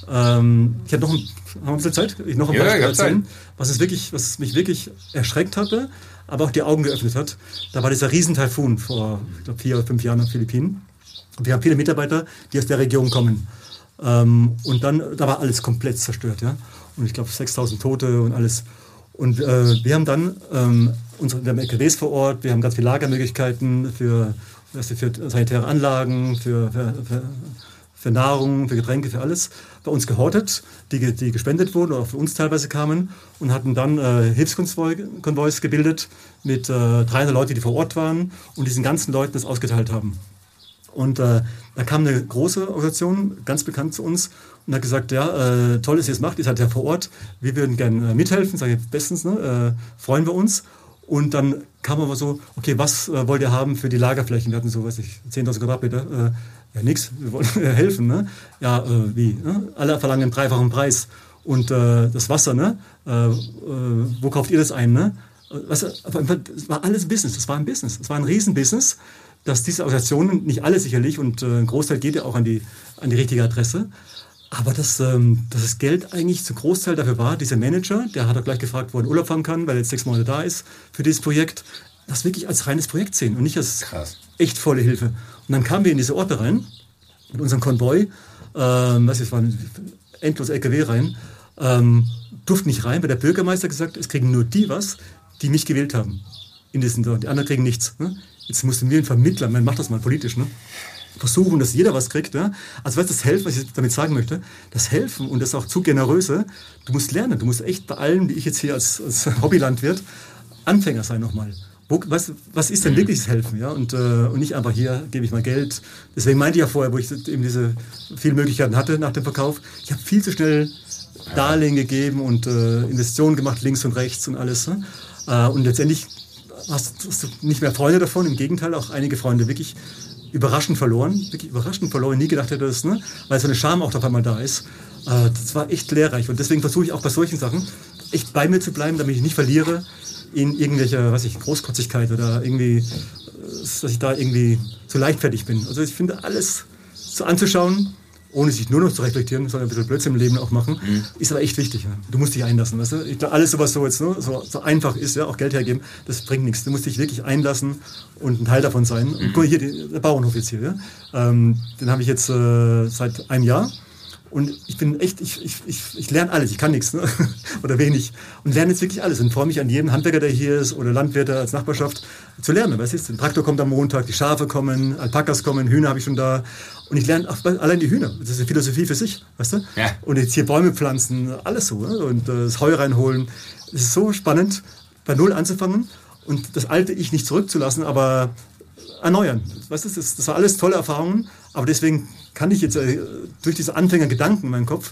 Ähm, ich habe noch ein, haben wir ein bisschen Zeit? Ich noch ein ja, Beispiel ja, erzählen, was, es wirklich, was mich wirklich erschreckt hatte, aber auch die Augen geöffnet hat. Da war dieser Riesentaifun vor ich glaub, vier oder fünf Jahren in den Philippinen. Und wir haben viele Mitarbeiter, die aus der Region kommen. Ähm, und dann, da war alles komplett zerstört. Ja? Und ich glaube sechstausend Tote und alles. Und äh, wir haben dann ähm, unsere, wir haben L K Ws vor Ort, wir haben ganz viele Lagermöglichkeiten für, für sanitäre Anlagen, für, für, für, für Nahrung, für Getränke, für alles bei uns gehortet, die, die gespendet wurden oder auch für uns teilweise kamen und hatten dann äh, Hilfskonvois gebildet mit äh, dreihundert Leuten, die vor Ort waren und diesen ganzen Leuten das ausgeteilt haben. Und äh, da kam eine große Organisation, ganz bekannt zu uns, und hat gesagt, ja, äh, toll, dass ihr es macht, ihr seid ja vor Ort, wir würden gerne äh, mithelfen, sage ich, bestens, ne, äh, freuen wir uns. Und dann kam aber so, okay, was äh, wollt ihr haben für die Lagerflächen? Wir hatten so, weiß ich, zehntausend Quadratmeter, äh, ja nix, wir wollen äh, helfen, ne? Ja, äh, wie, ne? Alle verlangen einen dreifachen Preis. Und äh, das Wasser, ne? Äh, äh, wo kauft ihr das ein, ne? Weißt du, aber das war alles Business, das war ein Business, das war ein Riesenbusiness, dass diese Organisationen, nicht alle sicherlich, und äh, ein Großteil geht ja auch an die, an die richtige Adresse, aber dass, ähm, dass das Geld eigentlich zu Großteil dafür war, dieser Manager, der hat auch gleich gefragt, wo er in Urlaub fahren kann, weil er jetzt sechs Monate da ist für dieses Projekt, das wirklich als reines Projekt sehen und nicht als Krass. Echt volle Hilfe. Und dann kamen wir in diese Orte rein, mit unserem Konvoi, ähm, was ist, waren endlos L K W rein, ähm, durften nicht rein, weil der Bürgermeister gesagt, es kriegen nur die was, die mich gewählt haben. In diesen, die anderen kriegen nichts. Ne? Jetzt mussten wir einen Vermittler, man macht das mal politisch, ne? Versuchen, dass jeder was kriegt. Ne? Also was das Helfen, was ich damit sagen möchte, das Helfen und das auch zu Generöse, du musst lernen, du musst echt bei allem, wie ich jetzt hier als, als Hobbylandwirt, Anfänger sein nochmal. Wo, was, was ist denn wirkliches Helfen? Ja? Und, äh, und nicht einfach, hier gebe ich mal Geld. Deswegen meinte ich ja vorher, wo ich eben diese vielen Möglichkeiten hatte nach dem Verkauf, ich habe viel zu schnell Darlehen gegeben und äh, Investitionen gemacht, links und rechts und alles. Ne? Äh, und letztendlich hast, hast du nicht mehr Freunde davon, im Gegenteil, auch einige Freunde wirklich überraschend verloren, wirklich überraschend verloren, nie gedacht hätte, dass, ne, weil so eine Scham auch auf einmal da ist. Äh, das war echt lehrreich und deswegen versuche ich auch bei solchen Sachen echt bei mir zu bleiben, damit ich nicht verliere in irgendwelcher, weiß ich, Großkotzigkeit oder irgendwie, dass ich da irgendwie zu leichtfertig bin. Also ich finde, alles so anzuschauen, ohne sich nur noch zu reflektieren, sondern ein bisschen Blödsinn im Leben auch machen, mhm. ist aber echt wichtig. Ja. Du musst dich einlassen, weißt du? Ich glaube, alles, was so jetzt ne, so, so einfach ist, ja, auch Geld hergeben, das bringt nichts. Du musst dich wirklich einlassen und ein Teil davon sein. Mhm. Und guck mal hier, die, der Bauernhof jetzt hier, ja? ähm, den habe ich jetzt äh, seit einem Jahr. Und ich bin echt, ich, ich, ich, ich lerne alles, ich kann nichts, ne? oder wenig. Und lerne jetzt wirklich alles und freue mich an jedem Handwerker, der hier ist, oder Landwirte als Nachbarschaft, zu lernen. Weißt du, der Traktor kommt am Montag, die Schafe kommen, Alpakas kommen, Hühner habe ich schon da. Und ich lerne auch allein die Hühner. Das ist eine Philosophie für sich, weißt du? Ja. Und jetzt hier Bäume pflanzen, alles so. Ne? Und äh, das Heu reinholen. Es ist so spannend, bei Null anzufangen und das alte Ich nicht zurückzulassen, aber erneuern. Weißt du, das, das war alles tolle Erfahrungen, aber deswegen kann ich jetzt äh, durch diese Anfängergedanken in meinem Kopf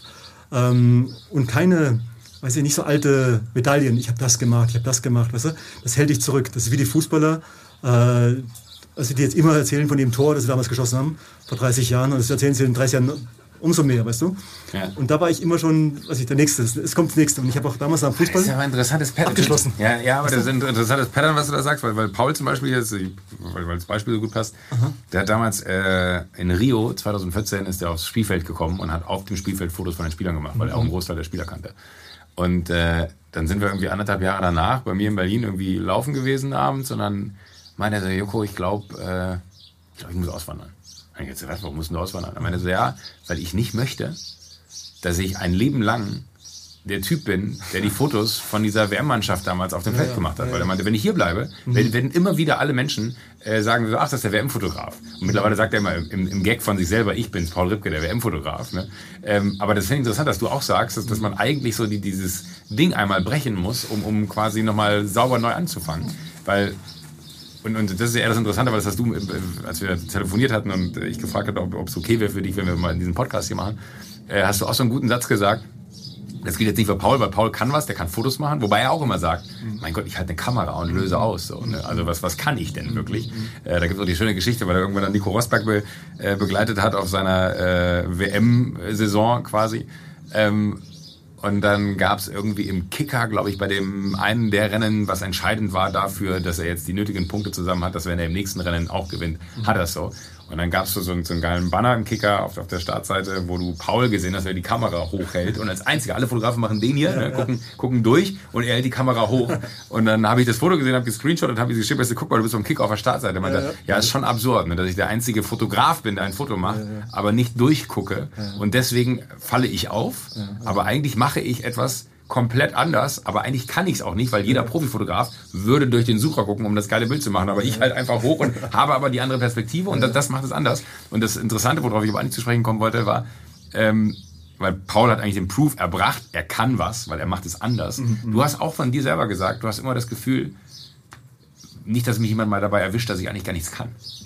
ähm, und keine, weiß ich nicht, so alte Medaillen, ich habe das gemacht, ich habe das gemacht, weißt du, das hält dich zurück. Das ist wie die Fußballer, äh, also die jetzt immer erzählen von dem Tor, das sie damals geschossen haben, vor dreißig Jahren, und das erzählen sie in dreißig Jahren umso mehr, weißt du? Ja. Und da war ich immer schon, was ich, der Nächste, es kommt das Nächste. Und ich habe auch damals am Fußball das ist ja ein interessantes Pattern. Abgeschlossen. Ja, ja, aber das ist ein interessantes Pattern, was du da sagst, weil, weil Paul zum Beispiel jetzt, weil, weil das Beispiel so gut passt, aha, der hat damals äh, in Rio zweitausendvierzehn ist er aufs Spielfeld gekommen und hat auf dem Spielfeld Fotos von den Spielern gemacht, weil mhm. er auch einen Großteil der Spieler kannte. Und äh, dann sind wir irgendwie anderthalb Jahre danach bei mir in Berlin irgendwie laufen gewesen abends und dann meinte er so, Joko, ich glaube, äh, ich glaube, ich muss auswandern. Ich jetzt gesagt, warum musst du auswandern? Er meinte so, ja, weil ich nicht möchte, dass ich ein Leben lang der Typ bin, der die Fotos von dieser W M-Mannschaft damals auf dem Feld ja, gemacht hat. Ja, weil er meinte, wenn ich hier bleibe, mhm. werden, werden immer wieder alle Menschen äh, sagen, so, ach, das ist der W M-Fotograf. Und mittlerweile sagt er immer im, im Gag von sich selber, ich bin's, Paul Ripke, der W M-Fotograf. Ne? Ähm, aber das finde ich interessant, dass du auch sagst, dass, dass man eigentlich so die, dieses Ding einmal brechen muss, um, um quasi nochmal sauber neu anzufangen. Weil Und, und das ist ja eher das Interessante, weil das hast du, als wir telefoniert hatten und ich gefragt hatte, ob es okay wäre für dich, wenn wir mal diesen Podcast hier machen, äh, hast du auch so einen guten Satz gesagt. Das gilt jetzt nicht für Paul, weil Paul kann was, der kann Fotos machen, wobei er auch immer sagt, mein Gott, ich halte eine Kamera und löse aus. So, ne? Also was, was kann ich denn wirklich? Äh, da gibt es auch die schöne Geschichte, weil er irgendwann dann Nico Rosberg be, äh, begleitet hat auf seiner äh, W M-Saison quasi. Ähm, Und dann gab es irgendwie im Kicker, glaube ich, bei dem einen der Rennen, was entscheidend war dafür, dass er jetzt die nötigen Punkte zusammen hat, dass wenn er im nächsten Rennen auch gewinnt, mhm. hat er es so. Und dann gab es so, so einen geilen Banner im Kicker auf, auf der Startseite, wo du Paul gesehen hast, der die Kamera hochhält. Und als einziger, alle Fotografen machen den hier, ja, ne, ja. Gucken, gucken durch und er hält die Kamera hoch. Und dann habe ich das Foto gesehen, habe gescreenshottet, habe ich geschrieben, guck mal, du bist beim Kicker auf der Startseite. Man ja, ja. ja, ist schon absurd, ne, dass ich der einzige Fotograf bin, der ein Foto macht, ja, ja. aber nicht durchgucke. Ja. Und deswegen falle ich auf. Ja, ja. Aber eigentlich mache ich etwas komplett anders, aber eigentlich kann ich es auch nicht, weil jeder Profifotograf würde durch den Sucher gucken, um das geile Bild zu machen, aber ich halt einfach hoch und habe aber die andere Perspektive und das, das macht es anders. Und das Interessante, worauf ich aber eigentlich zu sprechen kommen wollte, war, ähm, weil Paul hat eigentlich den Proof erbracht, er kann was, weil er macht es anders. Mhm. Du hast auch von dir selber gesagt, du hast immer das Gefühl, nicht, dass mich jemand mal dabei erwischt, dass ich eigentlich gar nichts kann.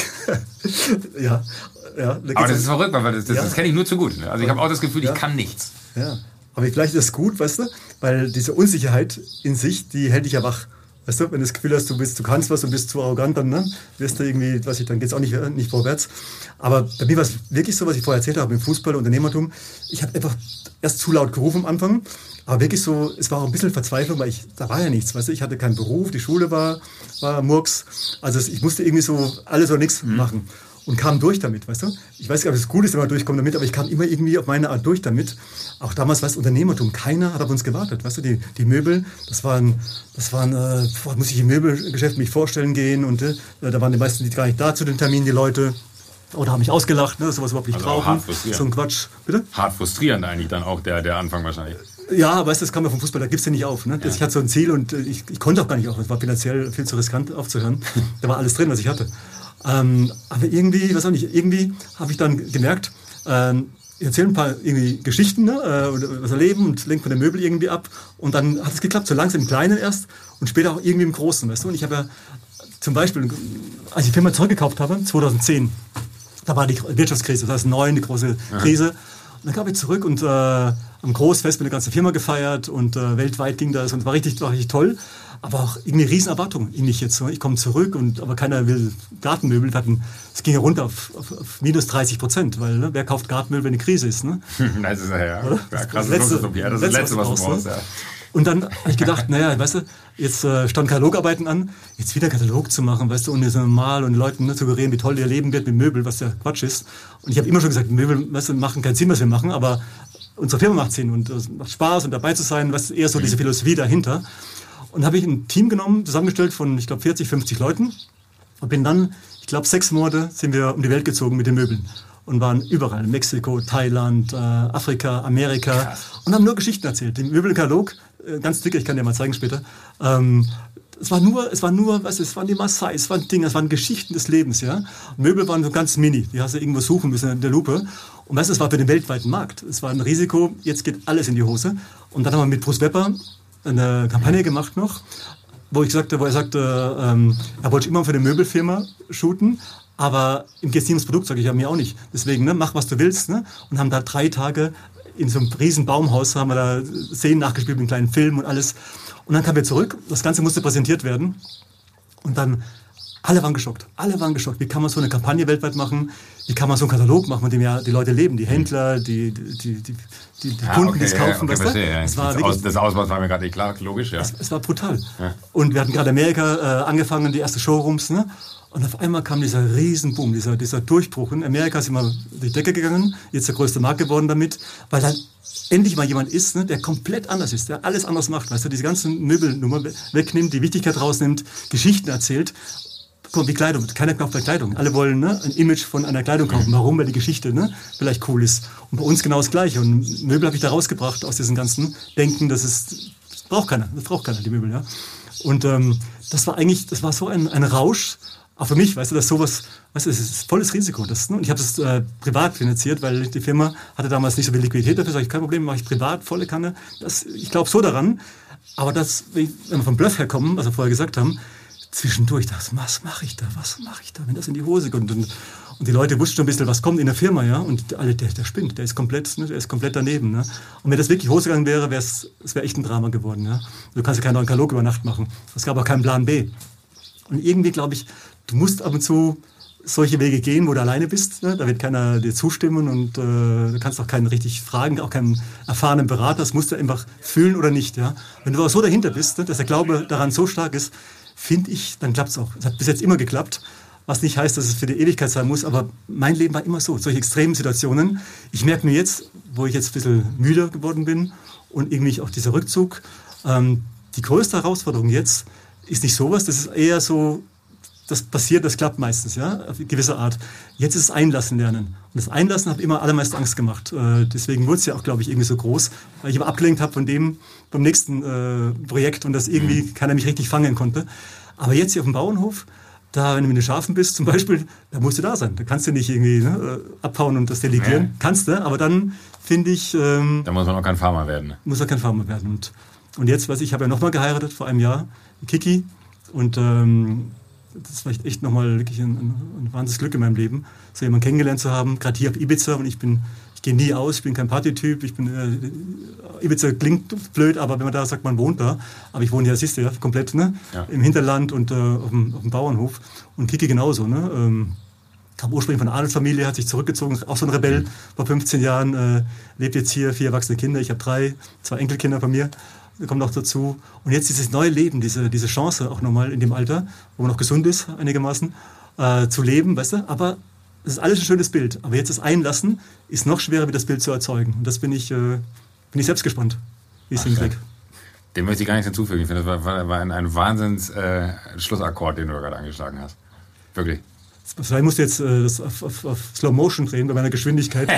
ja, ja. Da aber das ist verrückt, weil das, das, ja. das kenne ich nur zu gut. Also ich habe auch das Gefühl, ja. ich kann nichts. Ja. Aber vielleicht ist das gut, weißt du, weil diese Unsicherheit in sich, die hält dich ja wach. Weißt du, wenn du das Gefühl hast, du bist, du kannst was und bist zu arrogant, dann ne, wirst du irgendwie, weiß ich, dann geht es auch nicht, nicht vorwärts. Aber bei mir war es wirklich so, was ich vorher erzählt habe, im Fußball, Unternehmertum. Ich habe einfach erst zu laut gerufen am Anfang, aber wirklich so, es war auch ein bisschen Verzweiflung, weil ich, da war ja nichts, weißt du, ich hatte keinen Beruf, die Schule war, war Murks. Also ich musste irgendwie so alles oder nichts mhm. machen. Und kam durch damit, weißt du? Ich weiß gar nicht, ob es gut ist, wenn man durchkommt damit, aber ich kam immer irgendwie auf meine Art durch damit. Auch damals war es Unternehmertum. Keiner hat auf uns gewartet, weißt du? Die, die Möbel, das waren, das waren, äh, muss ich im Möbelgeschäft mich vorstellen gehen und äh, da waren die meisten die gar nicht da zu den Terminen, die Leute. Oder haben mich ausgelacht, ne? Sowas überhaupt nicht also brauchen. So ein Quatsch, bitte? Hart frustrierend eigentlich dann auch der, der Anfang wahrscheinlich. Ja, weißt du, das kam ja vom Fußball, da gibst du nicht auf. Ne? Ja. Ich hatte so ein Ziel und ich, ich konnte auch gar nicht auf. Es war finanziell viel zu riskant aufzuhören. Da war alles drin, was ich hatte. Ähm, aber irgendwie, weiß auch nicht, irgendwie habe ich dann gemerkt, ähm, ich erzähle ein paar irgendwie Geschichten, ne, äh, was erleben und lenke von den Möbel irgendwie ab. Und dann hat es geklappt, so langsam im Kleinen erst und später auch irgendwie im Großen, weißt du. Und ich habe ja zum Beispiel, als ich die Firma zurückgekauft habe, zweitausendzehn, da war die Wirtschaftskrise, das heißt neun, die große Krise. Und dann kam ich zurück und äh, am Großfest mit der ganzen Firma gefeiert und äh, weltweit ging das und es war richtig, war richtig toll. Aber auch irgendwie riesen Erwartungen in mich jetzt. Ich komme zurück, und, aber keiner will Gartenmöbel. Wir hatten, es ging ja runter auf, auf, auf minus dreißig Prozent, weil ne, wer kauft Gartenmöbel, wenn eine Krise ist? Ne? Das ist ja, ja. ja krass, das, letzte, das, das ist das Letzte, was du brauchst. Ja. Und dann habe ich gedacht, naja, weißt du, jetzt äh, standen Katalogarbeiten an, jetzt wieder Katalog zu machen, weißt du, und so normal und Leuten ne, zu reden, wie toll ihr Leben wird mit Möbel, was ja Quatsch ist. Und ich habe immer schon gesagt, Möbel weißt du, machen keinen Sinn, was wir machen, aber unsere Firma macht Sinn und es macht Spaß und dabei zu sein, was eher so diese Philosophie dahinter. Und habe ich ein Team genommen, zusammengestellt von, ich glaube, vierzig, fünfzig Leuten. Und bin dann, ich glaube, sechs Monate sind wir um die Welt gezogen mit den Möbeln. Und waren überall, Mexiko, Thailand, äh, Afrika, Amerika. Krass. Und haben nur Geschichten erzählt. Den Möbelkatalog, äh, ganz dick, ich kann dir mal zeigen später. Ähm, es war nur, es war nur, weißt du, es waren die Maasai, es waren Dinge, es waren Geschichten des Lebens, ja. Und Möbel waren so ganz mini, die hast du irgendwo suchen müssen in der Lupe. Und weißt du, es war für den weltweiten Markt. Es war ein Risiko, jetzt geht alles in die Hose. Und dann haben wir mit Bruce Wepper eine Kampagne gemacht noch, wo ich sagte, wo er sagte, ähm, er wollte immer für eine Möbelfirma shooten, aber ihm geht es nicht ums Produkt, sage ich ja mir auch nicht. Deswegen, ne, mach was du willst, ne? Und haben da drei Tage in so einem riesen Baumhaus, haben wir da Szenen nachgespielt mit einem kleinen Film und alles. Und dann kamen wir zurück, das Ganze musste präsentiert werden und dann alle waren geschockt. Alle waren geschockt. Wie kann man so eine Kampagne weltweit machen? Wie kann man so einen Katalog machen, mit dem ja die Leute leben? Die Händler, die, die, die, die, die ja, Kunden, okay, die es kaufen. Ja, okay, weißt du? Ja. Das, war das, wirklich, das Ausmaß war mir gerade nicht klar, logisch. Ja. Es, es war brutal. Ja. Und wir hatten gerade Amerika äh, angefangen, die ersten Showrooms. Ne? Und auf einmal kam dieser Riesenboom, dieser, dieser Durchbruch. In Amerika ist immer durch die Decke gegangen. Jetzt der größte Markt geworden damit. Weil dann endlich mal jemand ist, ne, der komplett anders ist, der alles anders macht. Weißt du, diese ganzen Möbelnummer wegnimmt, die Wichtigkeit rausnimmt, Geschichten erzählt. Wie Kleidung. Keiner kauft bei Kleidung. Alle wollen ne, ein Image von einer Kleidung kaufen. Warum? Weil die Geschichte ne, vielleicht cool ist. Und bei uns genau das Gleiche. Und Möbel habe ich da rausgebracht aus diesem ganzen Denken, das ist, das braucht keiner. Das braucht keiner, die Möbel. Ja. Und ähm, das war eigentlich, das war so ein, ein Rausch. Auch für mich, weißt du, dass sowas, weißt du, das ist volles Risiko. Das, ne? Und ich habe das äh, privat finanziert, weil die Firma hatte damals nicht so viel Liquidität dafür. Sag ich, kein Problem, mache ich privat, volle Kanne. Das, ich glaube so daran. Aber das, wenn wir vom Bluff herkommen, was wir vorher gesagt haben, zwischendurch dachte ich, was mache ich da, was mache ich da, wenn das in die Hose kommt. Und, und die Leute wussten schon ein bisschen, was kommt in der Firma, ja. Und alle, der, der spinnt, der ist komplett, ne, der ist komplett daneben. Ne? Und wenn das wirklich Hose gegangen wäre, wäre es wär echt ein Drama geworden. Ja? Du kannst ja keinen neuen Katalog über Nacht machen. Es gab auch keinen Plan B. Und irgendwie glaube ich, du musst ab und zu solche Wege gehen, wo du alleine bist. Ne? Da wird keiner dir zustimmen und äh, du kannst auch keinen richtig fragen, auch keinen erfahrenen Berater. Das musst du einfach fühlen oder nicht. Ja? Wenn du aber so dahinter bist, ne, dass der Glaube daran so stark ist, finde ich, dann klappt es auch. Es hat bis jetzt immer geklappt. was nicht heißt, dass es für die Ewigkeit sein muss, aber mein Leben war immer so, solche extremen Situationen. Ich merke mir jetzt, wo ich jetzt ein bisschen müder geworden bin und irgendwie auch dieser Rückzug, ähm, die größte Herausforderung jetzt ist nicht sowas, das ist eher so, das passiert, das klappt meistens, ja, auf eine gewisse Art. Jetzt ist es Einlassen lernen. Und das Einlassen hat immer allermeist Angst gemacht. Äh, deswegen wurde es ja auch, glaube ich, irgendwie so groß, weil ich aber abgelenkt habe von dem, vom nächsten äh, Projekt und das irgendwie mhm. keiner mich richtig fangen konnte. Aber jetzt hier auf dem Bauernhof, da, wenn du mit den Schafen bist zum Beispiel, da musst du da sein. Da kannst du nicht irgendwie ne, abhauen und das delegieren. Ja. Kannst du, aber dann finde ich... Ähm, da muss man auch kein Farmer werden. Ne? Muss auch kein Farmer werden. Und, und jetzt, weiß ich, ich habe ja nochmal geheiratet vor einem Jahr, Kiki, und... Ähm, das war echt nochmal wirklich ein, ein, ein wahnsinniges Glück in meinem Leben, so jemanden kennengelernt zu haben, gerade hier auf Ibiza. Und ich bin, ich gehe nie aus, ich bin kein Partytyp. Ich bin, äh, Ibiza klingt blöd, aber wenn man da sagt, man wohnt da. Aber ich wohne ja, siehst du ja, komplett ne? Ja. Im Hinterland und äh, auf, dem, auf dem Bauernhof. Und Kiki genauso. Ne? Ähm, kam ursprünglich von einer Adelsfamilie, hat sich zurückgezogen, auch so ein Rebell, mhm. vor fünfzehn Jahren, äh, lebt jetzt hier, vier erwachsene Kinder. Ich habe drei, zwei Enkelkinder von mir. Kommt noch dazu. Und jetzt dieses neue Leben, diese, diese Chance auch nochmal in dem Alter, wo man noch gesund ist, einigermaßen, äh, zu leben, weißt du? Aber es ist alles ein schönes Bild. Aber jetzt das Einlassen ist noch schwerer, wie das Bild zu erzeugen. Und das bin ich, äh, bin ich selbst gespannt, wie ich es hinkriege. Dem möchte ich gar nichts hinzufügen. Ich finde, das war, war ein, ein Wahnsinns-Schlussakkord, äh, den du gerade angeschlagen hast. Wirklich. Vielleicht musst du jetzt äh, das auf, auf, auf Slow Motion drehen bei meiner Geschwindigkeit.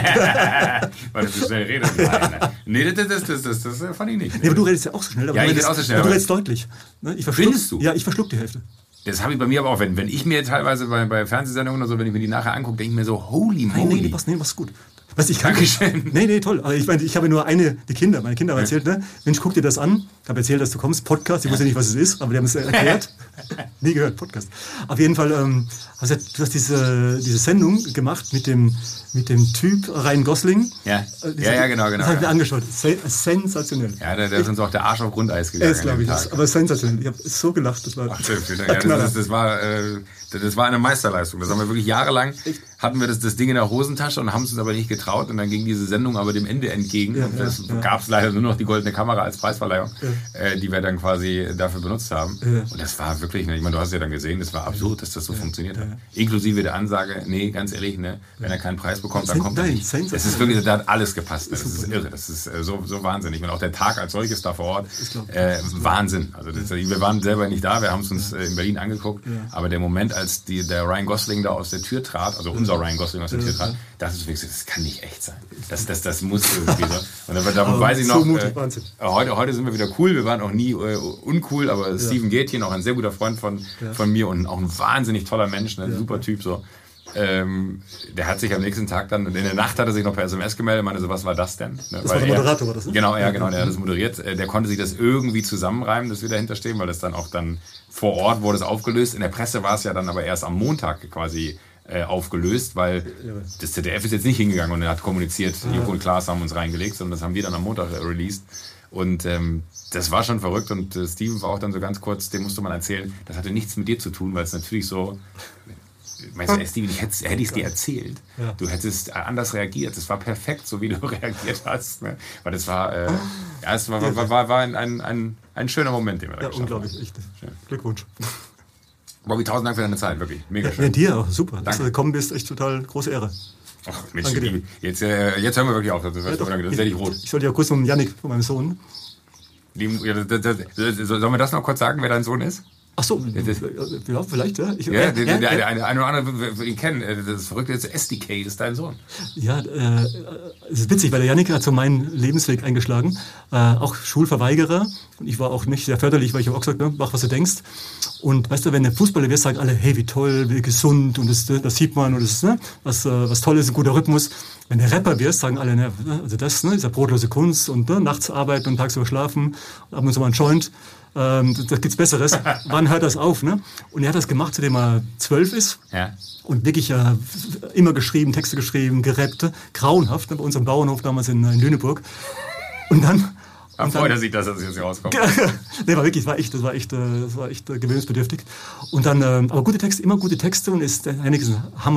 Weil du so schnell redest. Nein, nee, das, das, das, das, das fand ich nicht. Nee, aber du redest ja auch so schnell. Aber ja, du ich redest, rede auch so schnell. Aber du redest deutlich. Ne? Ich verschluck, Findest du? Ja, ich verschluck die Hälfte. Das habe ich bei mir aber auch. Wenn, wenn ich mir teilweise bei, bei Fernsehsendungen oder so, wenn ich mir die nachher angucke, denke ich mir so, holy moly. Nein, nee, nee, passt, nee, passt gut. Weißt, ich kann Dankeschön. Nee, nee, toll. Aber ich meine, ich habe nur eine, die Kinder, meine Kinder haben erzählt, ne? Mensch, guck dir das an. Ich habe erzählt, dass du kommst, Podcast. Ich wusste nicht, was es ist, aber die haben es erklärt. Nie gehört, Podcast. Auf jeden Fall, ähm, also, du hast diese, diese Sendung gemacht mit dem, mit dem Typ Ryan Gosling. Ja, äh, ja, ja, genau, genau. Das habe ich mir ja. angeschaut. Sensationell. Ja, da ist uns auch der Arsch auf Grundeis gegangen. Das glaube ich, das, aber sensationell. Ich habe so gelacht. Das war, Ach, schön, vielen Dank. Ja, das, das, war, äh, das war eine Meisterleistung. Das haben wir wirklich jahrelang, Echt? hatten wir das, das Ding in der Hosentasche und haben es uns aber nicht getraut. Und dann ging diese Sendung aber dem Ende entgegen. Ja, und das ja, ja. gab es leider nur noch die goldene Kamera als Preisverleihung, ja. äh, die wir dann quasi dafür benutzt haben. Ja. Und das war wirklich, ne, ich meine, du hast ja dann gesehen, das war absurd, dass das so ja. funktioniert ja. hat. Inklusive der Ansage, nee, ganz ehrlich, ne, wenn er keinen Preis bekommt, dann kommt er nicht. Es ist wirklich, da hat alles gepasst. Das ist irre, das ist äh, so, so wahnsinnig. Und auch der Tag als solches da vor Ort, äh, Wahnsinn. Also das, wir waren selber nicht da, wir haben es uns äh, in Berlin angeguckt, ja. aber der Moment, als die, der Ryan Gosling da aus der Tür trat, also unser Ryan Gosling aus der Tür trat, das ist wirklich, das kann nicht echt sein. Das, das, das muss irgendwie so. Und da, da oh, weiß ich noch, so mutig, äh, heute, heute sind wir wieder cool, wir waren auch nie äh, uncool, aber ja. Steven Gätjen, auch ein sehr guter Freund von, ja. von mir und auch ein wahnsinnig toller Mensch, ne, ein ja. super Typ so. Ähm, der hat sich am nächsten Tag dann, in der Nacht hat er sich noch per S M S gemeldet, meinte so, was war das denn? Ne, das war der Moderator, war das? Ne? Genau, ja, genau, der hat das moderiert. Der konnte sich das irgendwie zusammenreimen, dass wir dahinter stehen, weil das dann auch dann vor Ort wurde es aufgelöst. In der Presse war es ja dann aber erst am Montag quasi äh, aufgelöst, weil das Z D F ist jetzt nicht hingegangen und er hat kommuniziert, ja. Joko und Klaas haben uns reingelegt, sondern das haben wir dann am Montag äh, released. Und ähm, das war schon verrückt und äh, Steven war auch dann so ganz kurz, dem musste man erzählen, das hatte nichts mit dir zu tun, weil es natürlich so... Meinst du, Steven, ich hätte, hätte ich es dir erzählt, ja. du hättest anders reagiert. Das war perfekt, so wie du reagiert hast. Ne? Weil das war, äh, ja, es war, war, war, war ein, ein, ein, ein schöner Moment, den wir da ja, geschafft haben. Unglaublich, echt. Schön. Glückwunsch. Bobby, tausend Dank für deine Zeit, wirklich. Mega ja, schön. Ja, dir auch, super. Danke. Dass du gekommen bist, echt total große Ehre. Ach, Mensch, jetzt, äh, jetzt hören wir wirklich auf. Das, ja, das werde ich rot. Ich sollte ja kurz mit Yannick, von meinem Sohn. Lieben, ja, das, das, das, sollen wir das noch kurz sagen, wer dein Sohn ist? Ach so, ja, vielleicht, ja. Ich, ja, ja, der, ja, der, ja. Eine, eine oder andere will ihn kennen. Das Verrückte ist, S D K ist dein Sohn. Ja, äh, es ist witzig, weil der Yannick hat so meinen Lebensweg eingeschlagen. Äh, auch Schulverweigerer. Und ich war auch nicht sehr förderlich, weil ich habe auch gesagt, ne, mach, was du denkst. Und weißt du, wenn der Fußballer wird, sagen alle, hey, wie toll, wie gesund. Und das, das sieht man und das ist ne, was, was toll ist, ein guter Rhythmus. Wenn der Rapper wird, sagen alle, ne, also das ne, ist ja brotlose Kunst und ne, nachts arbeiten und tagsüber schlafen. Und ab und zu mal ein Joint. Ähm, da gibt's Besseres. Wann hört das auf? Ne? Und er hat das gemacht, seitdem er zwölf ist. Ja. Und wirklich äh, immer geschrieben, Texte geschrieben, gerappt. Grauenhaft, ne? Bei uns am Bauernhof damals in, in Lüneburg. Und dann... Am freut er sich, dass das jetzt rauskommt. Nee, war wirklich, war echt, das war echt, das war echt äh, gewöhnungsbedürftig. Und dann, äh, aber gute Texte, immer gute Texte und ist einiges ein Hammer,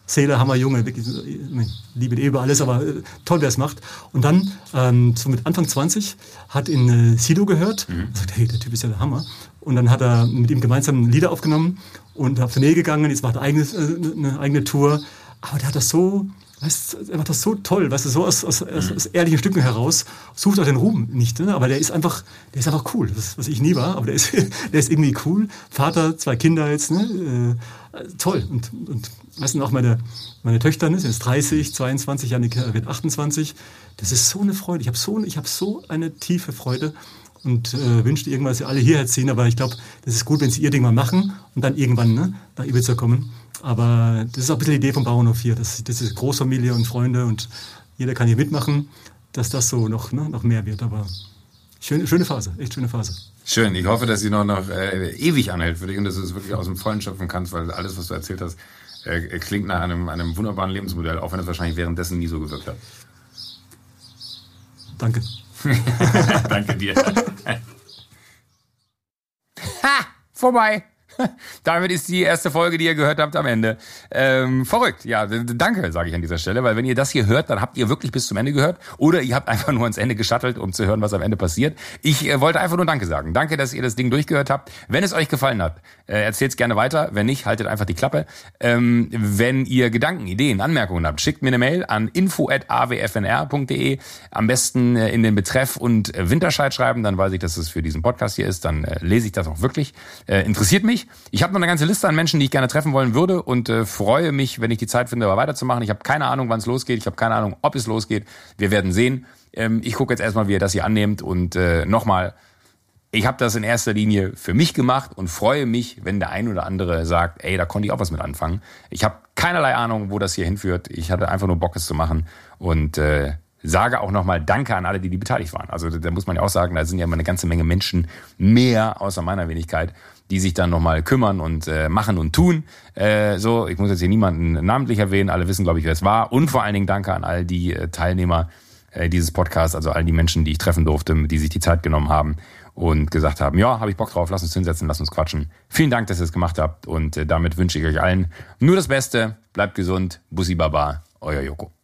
Seele, Hammerjunge, wirklich, ich liebe ihn eh über alles, aber äh, toll, wer es macht. Und dann, ähm, so mit Anfang zwanzig, hat ihn äh, Sido gehört. Mhm. Und sagt, hey, der Typ ist ja der Hammer. Und dann hat er mit ihm gemeinsam Lieder aufgenommen und auf Tournee gegangen. Jetzt macht er eigene, äh, eine eigene Tour. Aber der hat das so, weißt, er macht das so toll, weißt du, so aus, aus, aus, aus ehrlichen Stücken heraus. Sucht auch den Ruhm nicht, ne? Aber der ist einfach, der ist einfach cool, das, was ich nie war. Aber der ist, der ist irgendwie cool. Vater, zwei Kinder jetzt, ne? Äh, toll. Und, und weißt du, auch meine, meine Töchter, ne, sind jetzt dreißig, zweiundzwanzig, Janik wird achtundzwanzig. Das ist so eine Freude. Ich habe so, ich hab so eine tiefe Freude. Und äh, wünschte irgendwann, dass sie alle hierher ziehen. Aber ich glaube, das ist gut, wenn sie ihr Ding mal machen und dann irgendwann, ne, nach Ibiza kommen. Aber das ist auch ein bisschen die Idee vom Bauernhof hier. Das, das ist Großfamilie und Freunde und jeder kann hier mitmachen, dass das so noch, ne, noch mehr wird. Aber schöne, schöne Phase, echt schöne Phase. Schön. Ich hoffe, dass sie noch, noch äh, ewig anhält für dich und dass du es wirklich aus dem Vollen schöpfen kannst, weil alles, was du erzählt hast, äh, klingt nach einem, einem wunderbaren Lebensmodell, auch wenn es wahrscheinlich währenddessen nie so gewirkt hat. Danke. Danke dir. Ha! Vorbei. Damit ist die erste Folge, die ihr gehört habt, am Ende. Ähm, verrückt. Ja, danke, sage ich an dieser Stelle, weil wenn ihr das hier hört, dann habt ihr wirklich bis zum Ende gehört oder ihr habt einfach nur ans Ende geschattelt, um zu hören, was am Ende passiert. Ich äh, wollte einfach nur Danke sagen. Danke, dass ihr das Ding durchgehört habt. Wenn es euch gefallen hat, äh, erzählt es gerne weiter. Wenn nicht, haltet einfach die Klappe. Ähm, wenn ihr Gedanken, Ideen, Anmerkungen habt, schickt mir eine Mail an info at a w f n r punkt d e. Am besten äh, in den Betreff und äh, Winterscheid schreiben, dann weiß ich, dass es für diesen Podcast hier ist. Dann äh, lese ich das auch wirklich. Äh, interessiert mich. Ich habe noch eine ganze Liste an Menschen, die ich gerne treffen wollen würde und äh, freue mich, wenn ich die Zeit finde, aber weiterzumachen. Ich habe keine Ahnung, wann es losgeht. Ich habe keine Ahnung, ob es losgeht. Wir werden sehen. Ähm, ich gucke jetzt erstmal, wie ihr das hier annehmt. Und äh, nochmal, ich habe das in erster Linie für mich gemacht und freue mich, wenn der ein oder andere sagt, ey, da konnte ich auch was mit anfangen. Ich habe keinerlei Ahnung, wo das hier hinführt. Ich hatte einfach nur Bock, es zu machen. Und äh, sage auch nochmal Danke an alle, die, die beteiligt waren. Also da muss man ja auch sagen, da sind ja immer eine ganze Menge Menschen mehr, außer meiner Wenigkeit, die sich dann nochmal kümmern und äh, machen und tun. Äh, so, ich muss jetzt hier niemanden namentlich erwähnen, alle wissen, glaube ich, wer es war. Und vor allen Dingen Danke an all die äh, Teilnehmer äh, dieses Podcasts, also all die Menschen, die ich treffen durfte, die sich die Zeit genommen haben und gesagt haben, ja, habe ich Bock drauf, lass uns hinsetzen, lass uns quatschen. Vielen Dank, dass ihr es gemacht habt und äh, damit wünsche ich euch allen nur das Beste. Bleibt gesund, Bussi Baba, euer Joko.